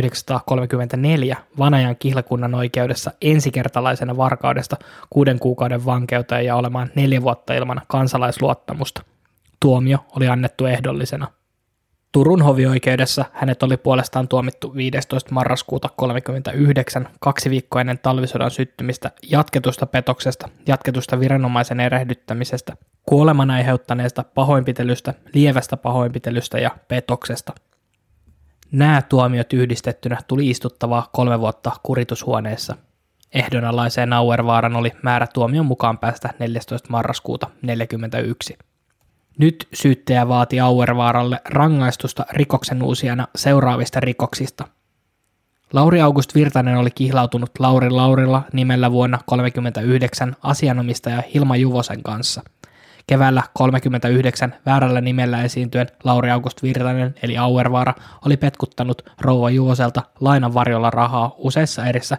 1934 Vanajan kihlakunnan oikeudessa ensikertalaisena varkaudesta 6 kuukauden vankeuteen ja olemaan 4 vuotta ilman kansalaisluottamusta. Tuomio oli annettu ehdollisena. Turun hovioikeudessa hänet oli puolestaan tuomittu 15. marraskuuta 1939 2 viikkoa ennen talvisodan syttymistä jatketusta petoksesta, jatketusta viranomaisen erehdyttämisestä, kuoleman aiheuttaneesta pahoinpitelystä, lievästä pahoinpitelystä ja petoksesta. Nämä tuomiot yhdistettynä tuli istuttavaa 3 vuotta kuritushuoneessa. Ehdonalaiseen Auervaaran oli määrä tuomion mukaan päästä 14. marraskuuta 1941. Nyt syyttäjä vaati Auervaaralle rangaistusta rikoksen uusijana seuraavista rikoksista. Lauri August Virtanen oli kihlautunut Lauri Laurilla nimellä vuonna 1939 asianomistaja Hilma Juvosen kanssa. Keväällä 1939 väärällä nimellä esiintyen Lauri August Virtanen eli Auervaara oli petkuttanut rouva Juvoselta lainan varjolla rahaa useissa erissä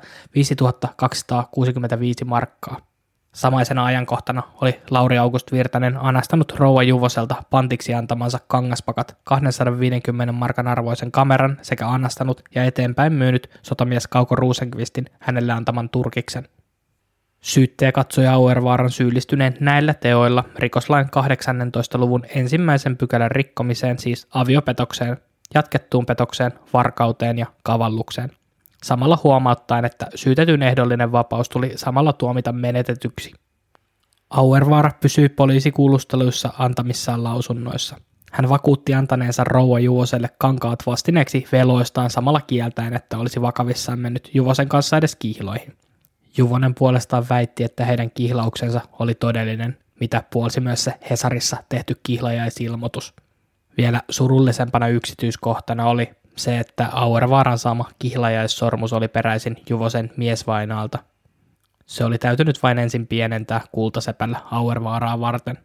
5265 markkaa. Samaisena ajankohtana oli Lauri August Virtanen anastanut rouva Juvoselta pantiksi antamansa kangaspakat 250 markan arvoisen kameran sekä anastanut ja eteenpäin myynyt sotamies Kauko Rosenqvistin hänelle antaman turkiksen. Syyttäjä katsoi Auervaaran syyllistyneen näillä teoilla rikoslain 18. luvun 1. pykälän rikkomiseen, siis aviopetokseen, jatkettuun petokseen, varkauteen ja kavallukseen. Samalla huomauttaen, että syytetyn ehdollinen vapaus tuli samalla tuomita menetetyksi. Auervaara pysyi poliisikuulusteluissa antamissaan lausunnoissa. Hän vakuutti antaneensa rouva Juvoselle kankaat vastineeksi veloistaan samalla kieltäen, että olisi vakavissaan mennyt Juvosen kanssa edes kihloihin. Juvonen puolestaan väitti, että heidän kihlauksensa oli todellinen, mitä puolsi myös se Hesarissa tehty kihlajaisilmoitus. Vielä surullisempana yksityiskohtana oli se, että Auervaaran saama kihlajaissormus oli peräisin Juvosen miesvainaalta. Se oli täytynyt vain ensin pienentää kultasepällä Auervaaraa varten.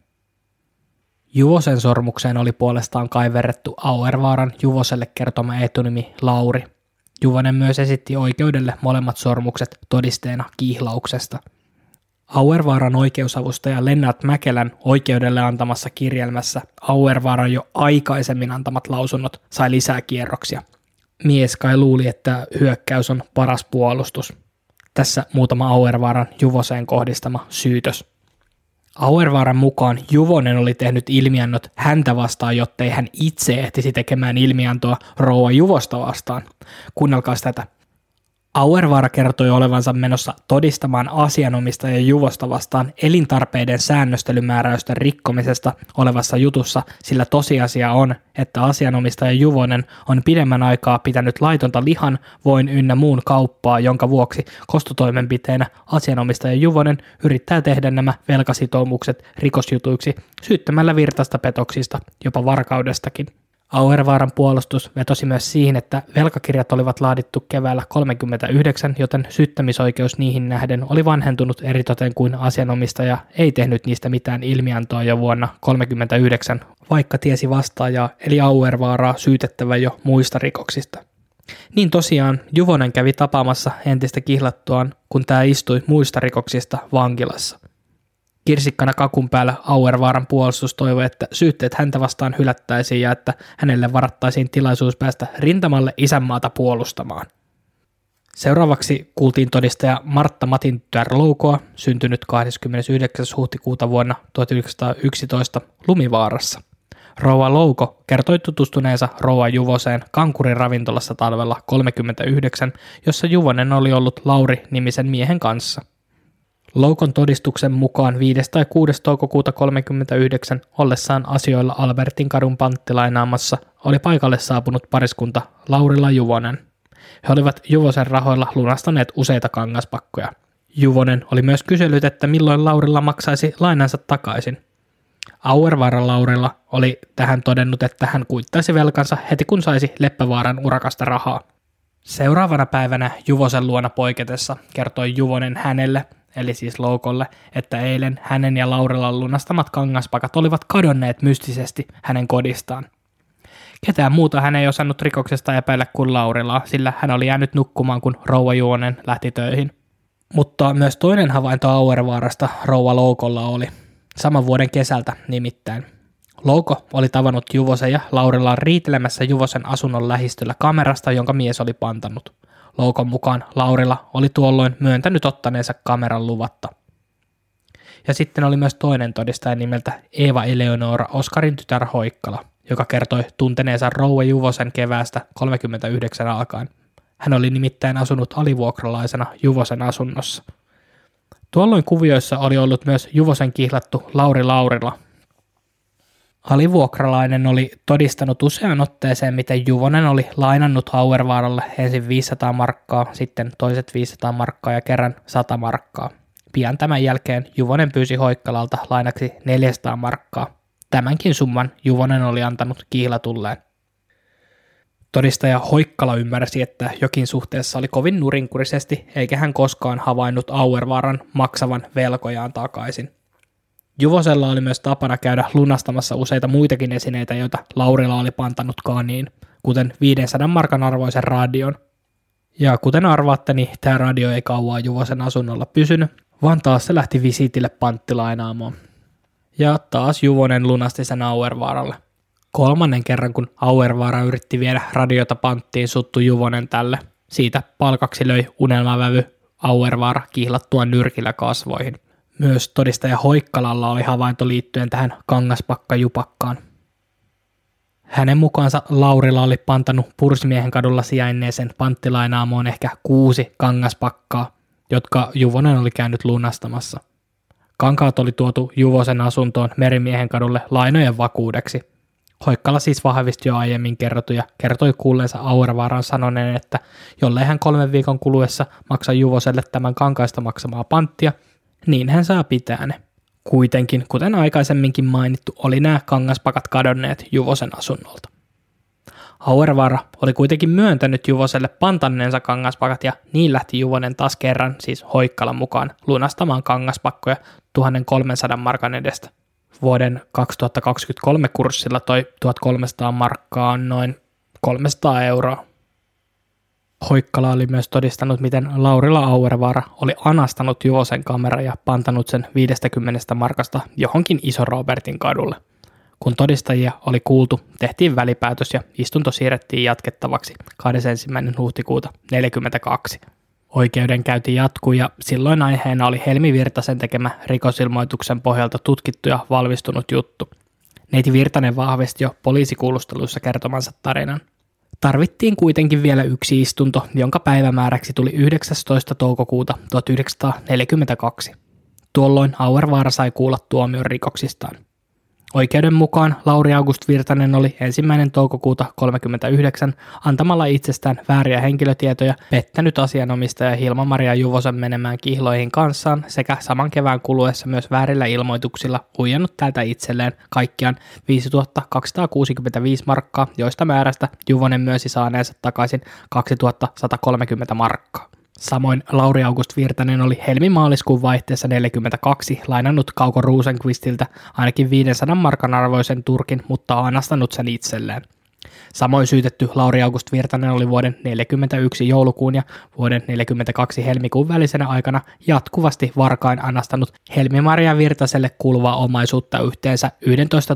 Juvosen sormukseen oli puolestaan kaiverrettu Auervaaran Juvoselle kertoma etunimi Lauri. Juvonen myös esitti oikeudelle molemmat sormukset todisteena kihlauksesta. Auervaaran oikeusavustaja Lennart Mäkelän oikeudelle antamassa kirjelmässä Auervaaran jo aikaisemmin antamat lausunnot sai lisää kierroksia. Mies kai luuli, että hyökkäys on paras puolustus. Tässä muutama Auervaaran Juvoseen kohdistama syytös. Auervaaran mukaan Juvonen oli tehnyt ilmiannot häntä vastaan, jottei hän itse ehtisi tekemään ilmiantoa rouva Juvosta vastaan. Kuunnelkaas tätä. Auervaara kertoi olevansa menossa todistamaan asianomistaja Juvosta vastaan elintarpeiden säännöstelymääräysten rikkomisesta olevassa jutussa, sillä tosiasia on, että asianomistaja Juvonen on pidemmän aikaa pitänyt laitonta lihan, voin ynnä muun kauppaa, jonka vuoksi kostotoimenpiteenä asianomistaja Juvonen yrittää tehdä nämä velkasitoumukset rikosjutuiksi syyttämällä Virtasta petoksista, jopa varkaudestakin. Auervaaran puolustus vetosi myös siihen, että velkakirjat olivat laadittu keväällä 1939, joten syyttämisoikeus niihin nähden oli vanhentunut eritoten kuin asianomistaja ei tehnyt niistä mitään ilmiantoa jo vuonna 1939, vaikka tiesi vastaajaa eli Auervaaraa syytettävä jo muista rikoksista. Niin tosiaan Juvonen kävi tapaamassa entistä kihlattuaan, kun tämä istui muista rikoksista vankilassa. Kirsikkana kakun päällä Auervaaran puolustus toivoi, että syytteet häntä vastaan hylättäisiin ja että hänelle varattaisiin tilaisuus päästä rintamalle isänmaata puolustamaan. Seuraavaksi kuultiin todistaja Martta Matin tytär Loukoa, syntynyt 29. huhtikuuta vuonna 1911 Lumivaarassa. Rouva Louko kertoi tutustuneensa rouva Juvoseen Kankurin ravintolassa talvella 1939, jossa Juvonen oli ollut Lauri-nimisen miehen kanssa. Loukon todistuksen mukaan 5. tai 6. toukokuuta 1939 ollessaan asioilla Albertin kadun panttilainaamassa oli paikalle saapunut pariskunta Laurila Juvonen. He olivat Juvosen rahoilla lunastaneet useita kangaspakkoja. Juvonen oli myös kysellyt, että milloin Laurila maksaisi lainansa takaisin. Auervaaran Laurila oli tähän todennut, että hän kuittaisi velkansa heti kun saisi Leppävaaran urakasta rahaa. Seuraavana päivänä Juvosen luona poiketessa kertoi Juvonen hänelle, eli siis Loukolle, että eilen hänen ja Laurilan lunastamat kangaspakat olivat kadonneet mystisesti hänen kodistaan. Ketään muuta hän ei osannut rikoksesta epäillä kuin Laurilaa, sillä hän oli jäänyt nukkumaan, kun rouva Juvonen lähti töihin. Mutta myös toinen havainto Auervaarasta rouva Loukolla oli. Saman vuoden kesältä nimittäin. Louko oli tavannut Juvosen ja Laurilaan riitelemässä Juvosen asunnon lähistöllä kamerasta, jonka mies oli pantannut. Loukon mukaan Laurila oli tuolloin myöntänyt ottaneensa kameran luvatta. Ja sitten oli myös toinen todistaja nimeltä Eeva Eleonora Oskarin tytär Hoikkala, joka kertoi tunteneensa rouva Juvosen keväästä 39 alkaen. Hän oli nimittäin asunut alivuokralaisena Juvosen asunnossa. Tuolloin kuvioissa oli ollut myös Juvosen kihlattu Lauri Laurila. Alivuokralainen oli todistanut useaan otteeseen, miten Juvonen oli lainannut Auervaaralle ensin 500 markkaa, sitten toiset 500 markkaa ja kerran 100 markkaa. Pian tämän jälkeen Juvonen pyysi Hoikkalalta lainaksi 400 markkaa. Tämänkin summan Juvonen oli antanut kihlatulleen. Todistaja Hoikkala ymmärsi, että jokin suhteessa oli kovin nurinkurisesti, eikä hän koskaan havainnut Auervaaran maksavan velkojaan takaisin. Juvosella oli myös tapana käydä lunastamassa useita muitakin esineitä, joita Laurila oli pantannut kaniin, kuten 500 markan arvoisen radion. Ja kuten arvaatte, niin tämä radio ei kauaa Juvosen asunnolla pysynyt, vaan taas se lähti visiitille panttilainaamoon. Ja taas Juvonen lunasti sen Auervaaralle. Kolmannen kerran, kun Auervaara yritti viedä radiota panttiin, suttui Juvonen tälle. Siitä palkaksi löi unelmavävy Auervaara kihlattua nyrkillä kasvoihin. Myös todistaja Hoikkalalla oli havainto liittyen tähän kangaspakkajupakkaan. Hänen mukaansa Laurila oli pantannut Pursimiehen kadulla sijainneeseen panttilainaamoon ehkä 6 kangaspakkaa, jotka Juvonen oli käynyt lunastamassa. Kankaat oli tuotu Juvosen asuntoon Merimiehen kadulle lainojen vakuudeksi. Hoikkala siis vahvisti jo aiemmin kertoja, kertoi kuulleensa Auervaaran sanoneen, että jollei hän 3 viikon kuluessa maksa Juvoselle tämän kankaista maksamaa panttia, niin hän saa pitää ne. Kuitenkin, kuten aikaisemminkin mainittu, oli nämä kangaspakat kadonneet Juvosen asunnolta. Auervaara oli kuitenkin myöntänyt Juvoselle pantanneensa kangaspakat ja niin lähti Juvonen taas kerran, siis Hoikkalan mukaan, lunastamaan kangaspakkoja 1300 markan edestä. Vuoden 2023 kurssilla toi 1300 markkaa on noin 300 euroa. Hoikkala oli myös todistanut, miten Laurila Auervaara oli anastanut Juvosen kamera ja pantanut sen 50 markasta johonkin Iso-Robertin kadulle. Kun todistajia oli kuultu, tehtiin välipäätös ja istunto siirrettiin jatkettavaksi 21. huhtikuuta 1942. Oikeudenkäynti jatkui ja silloin aiheena oli Helmi Virtasen tekemä rikosilmoituksen pohjalta tutkittu ja valmistunut juttu. Neiti Virtanen vahvisti jo poliisikuulusteluissa kertomansa tarinan. Tarvittiin kuitenkin vielä yksi istunto, jonka päivämääräksi tuli 19. toukokuuta 1942. Tuolloin Auervaara sai kuulla tuomion rikoksistaan. Oikeuden mukaan Lauri August Virtanen oli 1. toukokuuta 1939 antamalla itsestään vääriä henkilötietoja pettänyt asianomistaja Hilma-Maria Juvosen menemään kihloihin kanssaan sekä saman kevään kuluessa myös väärillä ilmoituksilla huijannut tältä itselleen kaikkiaan 5265 markkaa, joista määrästä Juvonen myönsi saaneensa takaisin 2130 markkaa. Samoin Lauri August Virtanen oli helmi-maaliskuun vaihteessa 42 lainannut Kauko Rosenqvistiltä ainakin 500 markan arvoisen turkin, mutta anastanut sen itselleen. Samoin syytetty Lauri August Virtanen oli vuoden 1941 joulukuun ja vuoden 1942 helmikuun välisenä aikana jatkuvasti varkain anastanut Helmi-Maria Virtaselle kuuluvaa omaisuutta yhteensä 11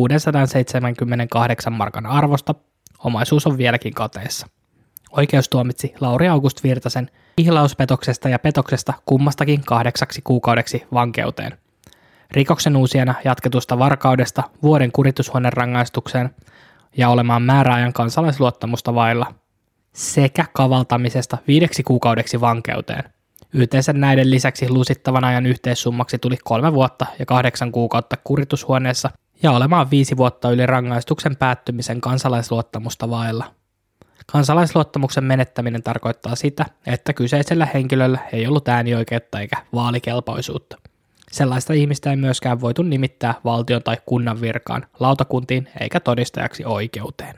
678 markan arvosta. Omaisuus on vieläkin kateessa. Oikeus tuomitsi Lauri August Virtasen kihlauspetoksesta ja petoksesta kummastakin 8 kuukaudeksi vankeuteen. rikoksen uusijana jatketusta varkaudesta vuoden kuritushuonerangaistukseen ja olemaan määräajan kansalaisluottamusta vailla, sekä kavaltamisesta 5 kuukaudeksi vankeuteen. Yhteensä näiden lisäksi lusittavan ajan yhteissummaksi tuli 3 vuotta ja 8 kuukautta kuritushuoneessa ja olemaan 5 vuotta yli rangaistuksen päättymisen kansalaisluottamusta vailla. Kansalaisluottamuksen menettäminen tarkoittaa sitä, että kyseisellä henkilöllä ei ollut äänioikeutta eikä vaalikelpoisuutta. Sellaista ihmistä ei myöskään voitu nimittää valtion tai kunnan virkaan, lautakuntiin eikä todistajaksi oikeuteen.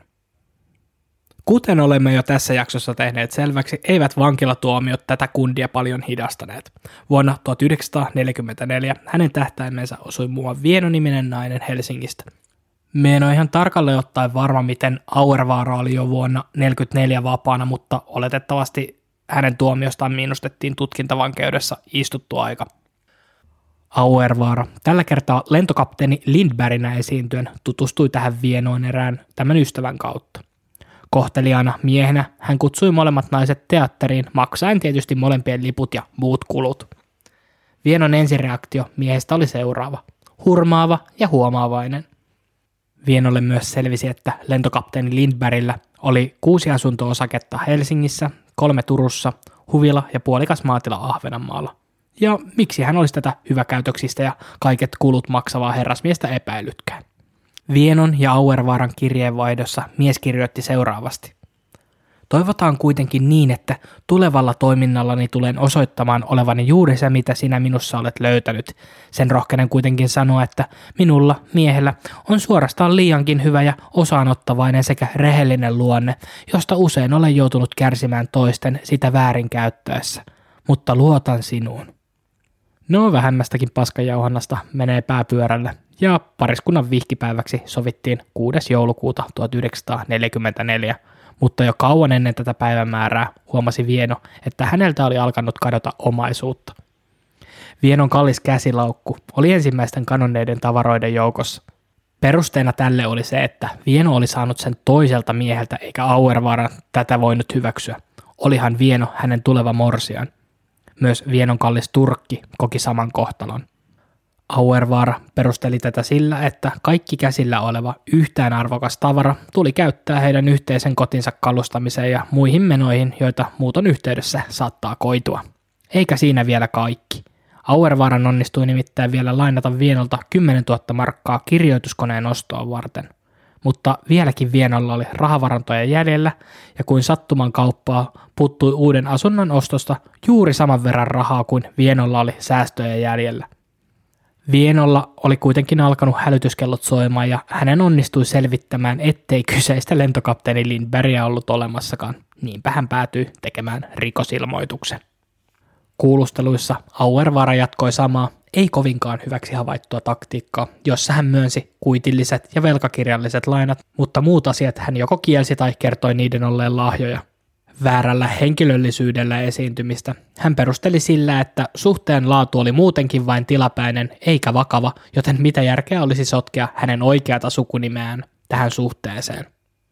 Kuten olemme jo tässä jaksossa tehneet selväksi, eivät vankilatuomiot tätä kundia paljon hidastaneet. Vuonna 1944 hänen tähtäimensä osui muuan Vieno-niminen nainen Helsingistä. Me en ole ihan tarkalleen ottaen varma, miten Auervaara oli jo vuonna 1944 vapaana, mutta oletettavasti hänen tuomiostaan miinustettiin tutkintavankeudessa istuttu aika. Auervaara, tällä kertaa lentokapteeni Lindberginä esiintyen, tutustui tähän Vienoon erään tämän ystävän kautta. Kohteliaana miehenä hän kutsui molemmat naiset teatteriin, maksaen tietysti molempien liput ja muut kulut. Vienon ensireaktio miehestä oli seuraava, hurmaava ja huomaavainen. Vienolle myös selvisi, että lentokapteeni Lindbergillä oli 6 asunto-osaketta Helsingissä, 3 Turussa, huvila ja puolikas maatila Ahvenanmaalla. Ja miksi hän olisi tätä hyväkäytöksistä ja kaiket kulut maksavaa herrasmiestä epäilytkään? Vienon ja Auervaaran kirjeenvaihdossa mies kirjoitti seuraavasti. Toivotaan kuitenkin niin, että tulevalla toiminnallani tulen osoittamaan olevani juuri se, mitä sinä minussa olet löytänyt. Sen rohkenen kuitenkin sanoa, että minulla, miehellä, on suorastaan liiankin hyvä ja osaanottavainen sekä rehellinen luonne, josta usein olen joutunut kärsimään toisten sitä väärinkäyttäessä. Mutta luotan sinuun. No, vähemmästäkin paskajauhannasta menee pääpyörälle, ja pariskunnan vihkipäiväksi sovittiin 6. joulukuuta 1944, mutta jo kauan ennen tätä päivämäärää huomasi Vieno, että häneltä oli alkanut kadota omaisuutta. Vienon kallis käsilaukku oli ensimmäisten kadonneiden tavaroiden joukossa. Perusteena tälle oli se, että Vieno oli saanut sen toiselta mieheltä eikä Auervaara tätä voinut hyväksyä. Olihan Vieno hänen tuleva morsian. Myös Vienon kallis turkki koki saman kohtalon. Auervaara perusteli tätä sillä, että kaikki käsillä oleva yhtään arvokas tavara tuli käyttää heidän yhteisen kotinsa kalustamiseen ja muihin menoihin, joita muuton yhteydessä saattaa koitua. Eikä siinä vielä kaikki. Auervaaran onnistui nimittäin vielä lainata Vienolta 10 000 markkaa kirjoituskoneen ostoa varten. Mutta vieläkin Vienolla oli rahavarantoja jäljellä, ja kuin sattuman kauppaa puuttui uuden asunnon ostosta juuri saman verran rahaa kuin Vienolla oli säästöjä jäljellä. Vienolla oli kuitenkin alkanut hälytyskellot soimaan, ja hänen onnistui selvittämään, ettei kyseistä lentokapteeni Lindbergia ollut olemassakaan. Niinpä hän päätyi tekemään rikosilmoituksen. Kuulusteluissa Auervaara jatkoi samaa, ei kovinkaan hyväksi havaittua taktiikkaa, jossa hän myönsi kuitilliset ja velkakirjalliset lainat, mutta muut asiat hän joko kielsi tai kertoi niiden olleen lahjoja. Väärällä henkilöllisyydellä esiintymistä hän perusteli sillä, että suhteen laatu oli muutenkin vain tilapäinen eikä vakava, joten mitä järkeä olisi sotkea hänen oikeata sukunimeään tähän suhteeseen.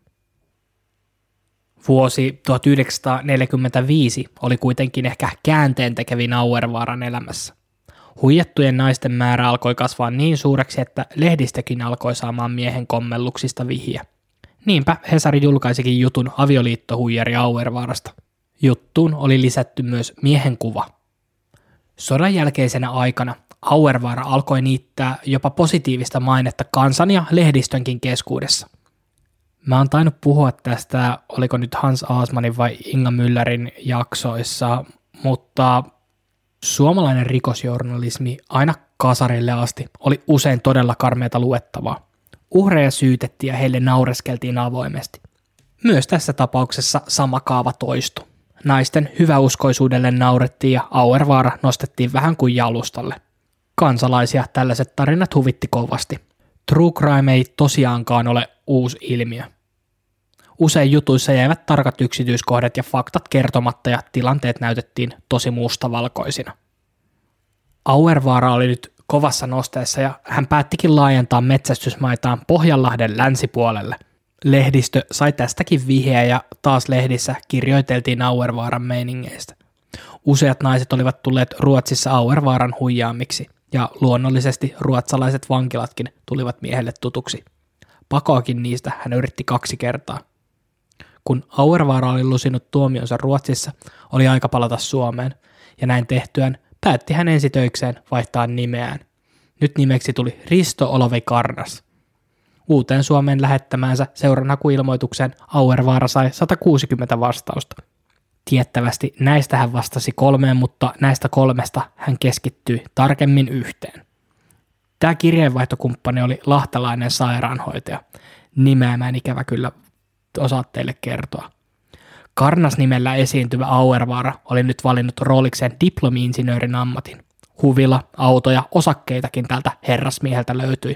Vuosi 1945 oli kuitenkin ehkä käänteen tekevin Auervaaran elämässä. Huijattujen naisten määrä alkoi kasvaa niin suureksi, että lehdistökin alkoi saamaan miehen kommelluksista vihiä. Niinpä Hesari julkaisikin jutun avioliittohuijari Auervaarasta. Juttuun oli lisätty myös miehen kuva. Sodan jälkeisenä aikana Auervaara alkoi niittää jopa positiivista mainetta kansan ja lehdistönkin keskuudessa. Mä oon tainnut puhua tästä, oliko nyt Hans Aasmanin vai Inga Müllerin jaksoissa, mutta suomalainen rikosjournalismi aina kasarille asti oli usein todella karmeata luettavaa. Uhreja syytettiin ja heille naureskeltiin avoimesti. Myös tässä tapauksessa sama kaava toistui. Naisten hyväuskoisuudelle naurettiin ja Auervaara nostettiin vähän kuin jalustalle. Kansalaisia tällaiset tarinat huvitti kovasti. True crime ei tosiaankaan ole uusi ilmiö. Usein jutuissa jäivät tarkat yksityiskohdat ja faktat kertomatta ja tilanteet näytettiin tosi mustavalkoisina. Auervaara oli nyt kovassa nosteessa ja hän päättikin laajentaa metsästysmaitaan Pohjanlahden länsipuolelle. Lehdistö sai tästäkin vihjeä ja taas lehdissä kirjoiteltiin Auervaaran meiningeistä. Useat naiset olivat tulleet Ruotsissa Auervaaran huijaamiksi. ja luonnollisesti ruotsalaiset vankilatkin tulivat miehelle tutuksi. Pakoakin niistä hän yritti 2 kertaa. Kun Auervaara oli lusinut tuomionsa Ruotsissa, oli aika palata Suomeen, ja näin tehtyään päätti hän ensitöikseen vaihtaa nimeään. Nyt nimeksi tuli Risto Olavi Karnas. Uuteen Suomeen lähettämäänsä seuranhakuilmoitukseen Auervaara sai 160 vastausta. Tiettävästi näistä hän vastasi 3, mutta näistä 3 hän keskittyi tarkemmin yhteen. Tämä kirjeenvaihtokumppani oli lahtelainen sairaanhoitaja. Nimeä mä en ikävä kyllä osaa teille kertoa. Karnas-nimellä esiintyvä Auervaara oli nyt valinnut roolikseen diplomi-insinöörin ammatin. Huvila, autoja, osakkeitakin tältä herrasmieheltä löytyi.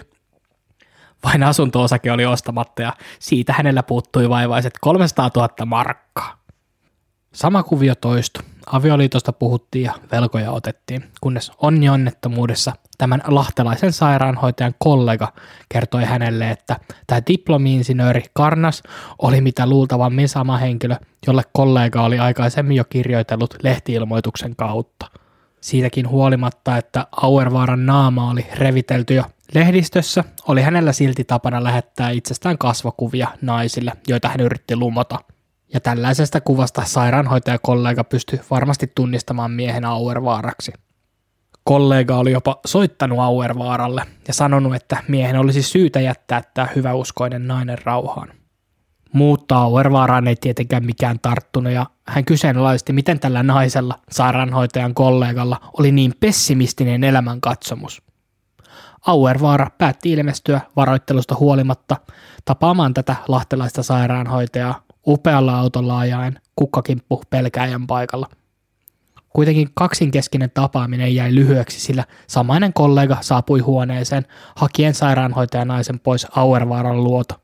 Vain asunto-osake oli ostamatta ja siitä hänellä puuttui vaivaiset 300 000 markkaa. Sama kuvio toistui. Avioliitosta puhuttiin ja velkoja otettiin, kunnes onnettomuudessa tämän lahtelaisen sairaanhoitajan kollega kertoi hänelle, että tämä diplomi-insinööri Karnas oli mitä luultavammin sama henkilö, jolle kollega oli aikaisemmin jo kirjoitellut lehti-ilmoituksen kautta. Siitäkin huolimatta, että Auervaaran naama oli revitelty jo lehdistössä, oli hänellä silti tapana lähettää itsestään kasvokuvia naisille, joita hän yritti lumota. Ja tällaisesta kuvasta sairaanhoitajakollega pystyi varmasti tunnistamaan miehen Auervaaraksi. Kollega oli jopa soittanut Auervaaralle ja sanonut, että miehen olisi syytä jättää tämä hyväuskoinen nainen rauhaan. Mutta Auervaaraan ei tietenkään mikään tarttunut ja hän kyseenalaisti, miten tällä naisella, sairaanhoitajan kollegalla, oli niin pessimistinen elämänkatsomus. Auervaara päätti ilmestyä varoittelusta huolimatta tapaamaan tätä lahtelaista sairaanhoitajaa upealla autolla ajaen kukkakimppu pelkääjän paikalla. Kuitenkin kaksinkeskinen tapaaminen jäi lyhyeksi, sillä samainen kollega saapui huoneeseen hakien sairaanhoitajanaisen pois Auervaaran luota.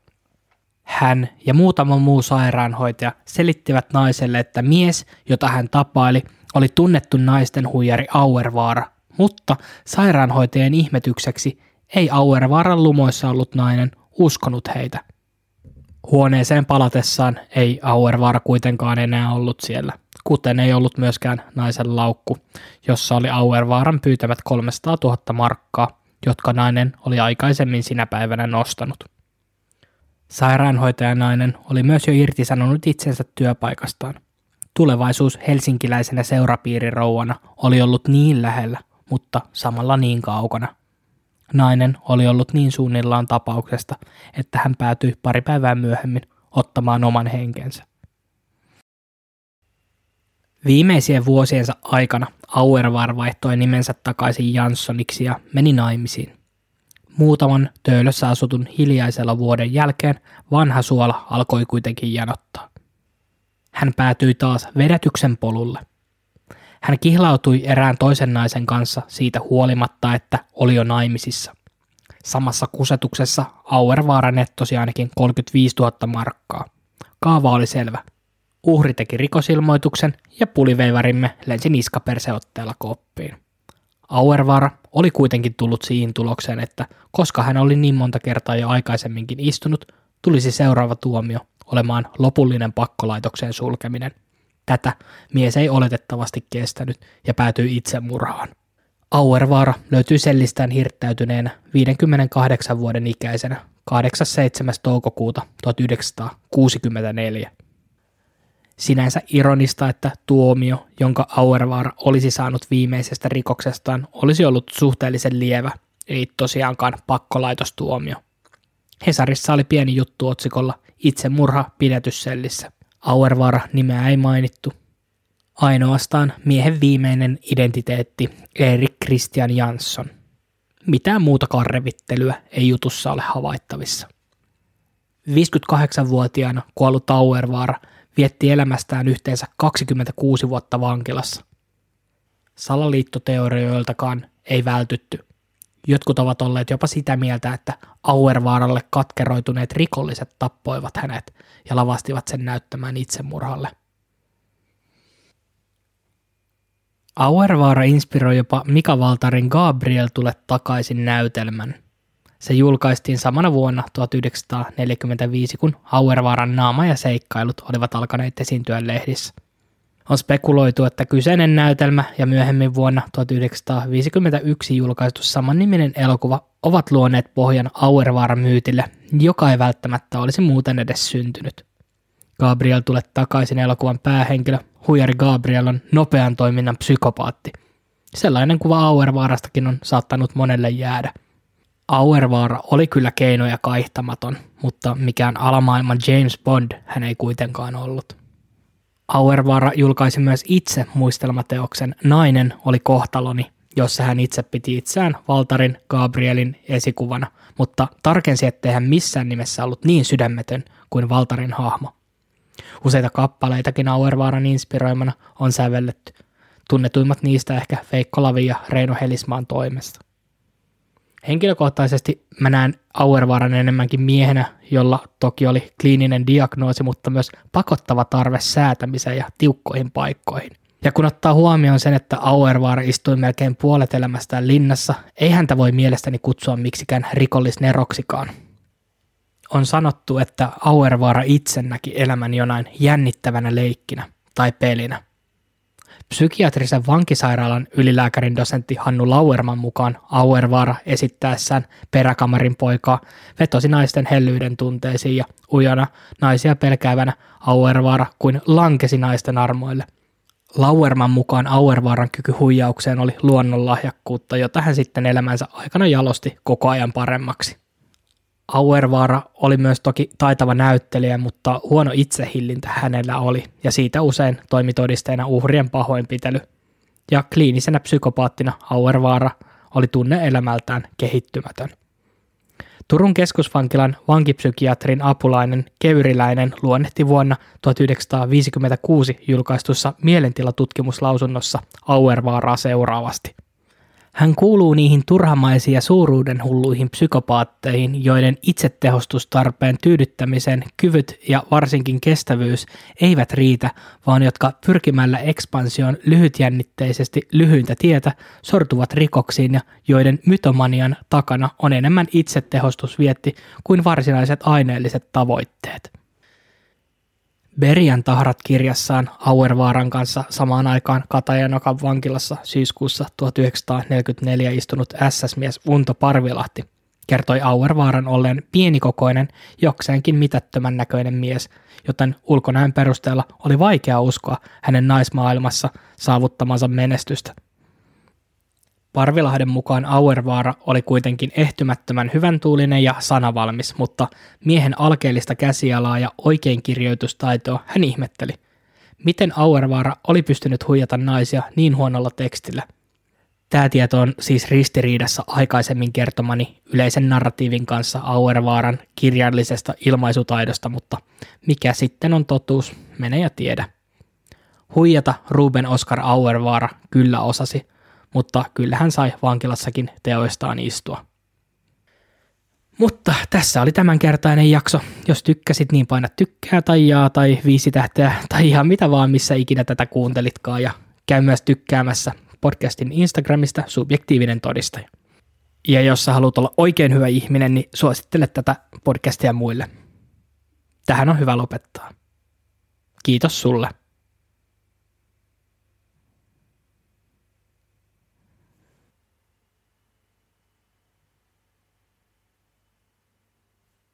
Hän ja muutama muu sairaanhoitaja selittivät naiselle, että mies, jota hän tapaili, oli tunnettu naisten huijari Auervaara, mutta sairaanhoitajien ihmetykseksi ei Auervaaran lumoissa ollut nainen uskonut heitä. Huoneeseen palatessaan ei Auervaara kuitenkaan enää ollut siellä, kuten ei ollut myöskään naisen laukku, jossa oli Auervaaran pyytämät 300 000 markkaa, jotka nainen oli aikaisemmin sinä päivänä nostanut. Sairaanhoitajanainen oli myös jo irtisanonut itsensä työpaikastaan. Tulevaisuus helsinkiläisenä seurapiirirouvana oli ollut niin lähellä, mutta samalla niin kaukana. Nainen oli ollut niin suunnillaan tapauksesta, että hän päätyi 2 päivää myöhemmin ottamaan oman henkensä. Viimeisien vuosiensa aikana Auervaara vaihtoi nimensä takaisin Janssoniksi ja meni naimisiin. Muutaman Töölössä asutun hiljaisella vuoden jälkeen vanha suola alkoi kuitenkin janottaa. Hän päätyi taas vedätyksen polulle. Hän kihlautui erään toisen naisen kanssa siitä huolimatta, että oli jo naimisissa. Samassa kusetuksessa Auervaara nettosi ainakin 35 000 markkaa. Kaava oli selvä. Uhri teki rikosilmoituksen ja puliveivarimme lensi niskaperseotteella koppiin. Auervaara oli kuitenkin tullut siihen tulokseen, että koska hän oli niin monta kertaa jo aikaisemminkin istunut, tulisi seuraava tuomio olemaan lopullinen pakkolaitoksen sulkeminen. Tätä mies ei oletettavasti kestänyt ja päätyi itsemurhaan. Auervaara löytyi sellistään hirttäytyneenä 58 vuoden ikäisenä 8.7. toukokuuta 1964. Sinänsä ironista, että tuomio, jonka Auervaara olisi saanut viimeisestä rikoksestaan, olisi ollut suhteellisen lievä, ei tosiaankaan pakkolaitostuomio. Hesarissa oli pieni juttu otsikolla "Itsemurha pidätyssellissä". Auervaara nimeä ei mainittu. Ainoastaan miehen viimeinen identiteetti Erik Christian Jansson. Mitään muutakaan revittelyä ei jutussa ole havaittavissa. 58-vuotiaana kuollut Auervaara vietti elämästään yhteensä 26 vuotta vankilassa. Salaliittoteorioiltakaan ei vältytty. Jotkut ovat olleet jopa sitä mieltä, että Auervaaralle katkeroituneet rikolliset tappoivat hänet ja lavastivat sen näyttämään itsemurhalle. Auervaara inspiroi jopa Mika Waltarin Gabriel tule takaisin -näytelmän. Se julkaistiin samana vuonna 1945, kun Auervaaran naama ja seikkailut olivat alkaneet esiintyä lehdissä. On spekuloitu, että kyseinen näytelmä ja myöhemmin vuonna 1951 julkaistu samanniminen elokuva ovat luoneet pohjan Auervaara-myytille, joka ei välttämättä olisi muuten edes syntynyt. Gabriel tulee takaisin elokuvan päähenkilö, huijari Gabriel on nopean toiminnan psykopaatti. Sellainen kuva Auervaarastakin on saattanut monelle jäädä. Auervaara oli kyllä keino ja kaihtamaton, mutta mikään alamaailman James Bond hän ei kuitenkaan ollut. Auervaara julkaisi myös itse muistelmateoksen Nainen oli kohtaloni, jossa hän itse piti itseään Walterin Gabrielin esikuvana, mutta tarkensi, ettei hän missään nimessä ollut niin sydämetön kuin Walterin hahmo. Useita kappaleitakin Auervaaran inspiroimana on sävelletty. Tunnetuimmat niistä ehkä Veikko Lavin ja Reino Helismaan toimesta. Henkilökohtaisesti mä näen Auervaaran enemmänkin miehenä, jolla toki oli kliininen diagnoosi, mutta myös pakottava tarve säätämiseen ja tiukkoihin paikkoihin. Ja kun ottaa huomioon sen, että Auervaara istui melkein puolet elämästään linnassa, ei häntä voi mielestäni kutsua miksikään rikollisneroksikaan. On sanottu, että Auervaara itse näki elämän jonain jännittävänä leikkinä tai pelinä. Psykiatrisen vankisairaalan ylilääkärin dosentti Hannu Lauerman mukaan Auervaara esittäessään Peräkamarin poikaa vetosi naisten hellyyden tunteisiin ja ujana naisia pelkäävänä Auervaara kuin lankesi naisten armoille. Lauerman mukaan Auervaaran kyky huijaukseen oli luonnonlahjakkuutta, jota hän sitten elämänsä aikana jalosti koko ajan paremmaksi. Auervaara oli myös toki taitava näyttelijä, mutta huono itsehillintä hänellä oli, ja siitä usein toimi todisteena uhrien pahoinpitely. Ja kliinisenä psykopaattina Auervaara oli tunne-elämältään kehittymätön. Turun keskusvankilan vankipsykiatrin apulainen Kevriläinen luonnehti vuonna 1956 julkaistussa mielentilatutkimuslausunnossa Auervaaraa seuraavasti. Hän kuuluu niihin turhamaisiin ja suuruudenhulluihin psykopaatteihin, joiden itsetehostustarpeen tyydyttämisen kyvyt ja varsinkin kestävyys eivät riitä, vaan jotka pyrkimällä ekspansioon lyhytjännitteisesti lyhyintä tietä sortuvat rikoksiin ja joiden mytomanian takana on enemmän itsetehostusvietti kuin varsinaiset aineelliset tavoitteet. Berjan tahrat kirjassaan Auervaaran kanssa samaan aikaan Katajanokan vankilassa syyskuussa 1944 istunut SS-mies Unto Parvilahti kertoi Auervaaran olleen pienikokoinen, jokseenkin mitättömän näköinen mies, joten ulkonäön perusteella oli vaikea uskoa hänen naismaailmassa saavuttamansa menestystä. Parvilahden mukaan Auervaara oli kuitenkin ehtymättömän hyväntuulinen ja sanavalmis, mutta miehen alkeellista käsialaa ja oikeinkirjoitustaitoa hän ihmetteli. Miten Auervaara oli pystynyt huijata naisia niin huonolla tekstillä? Tämä tieto on siis ristiriidassa aikaisemmin kertomani yleisen narratiivin kanssa Auervaaran kirjallisesta ilmaisutaidosta, mutta mikä sitten on totuus, mene ja tiedä. Huijata Ruben Oskar Auervaara kyllä osasi, mutta kyllä hän sai vankilassakin teoistaan istua. Mutta tässä oli tämänkertainen jakso. Jos tykkäsit, niin paina tykkää tai jaa tai 5 tähteä tai ihan mitä vaan, missä ikinä tätä kuuntelitkaan. Ja käy myös tykkäämässä podcastin Instagramista Subjektiivinen todistaja. Ja jos sä haluat olla oikein hyvä ihminen, niin suosittele tätä podcastia muille. Tähän on hyvä lopettaa. Kiitos sulle.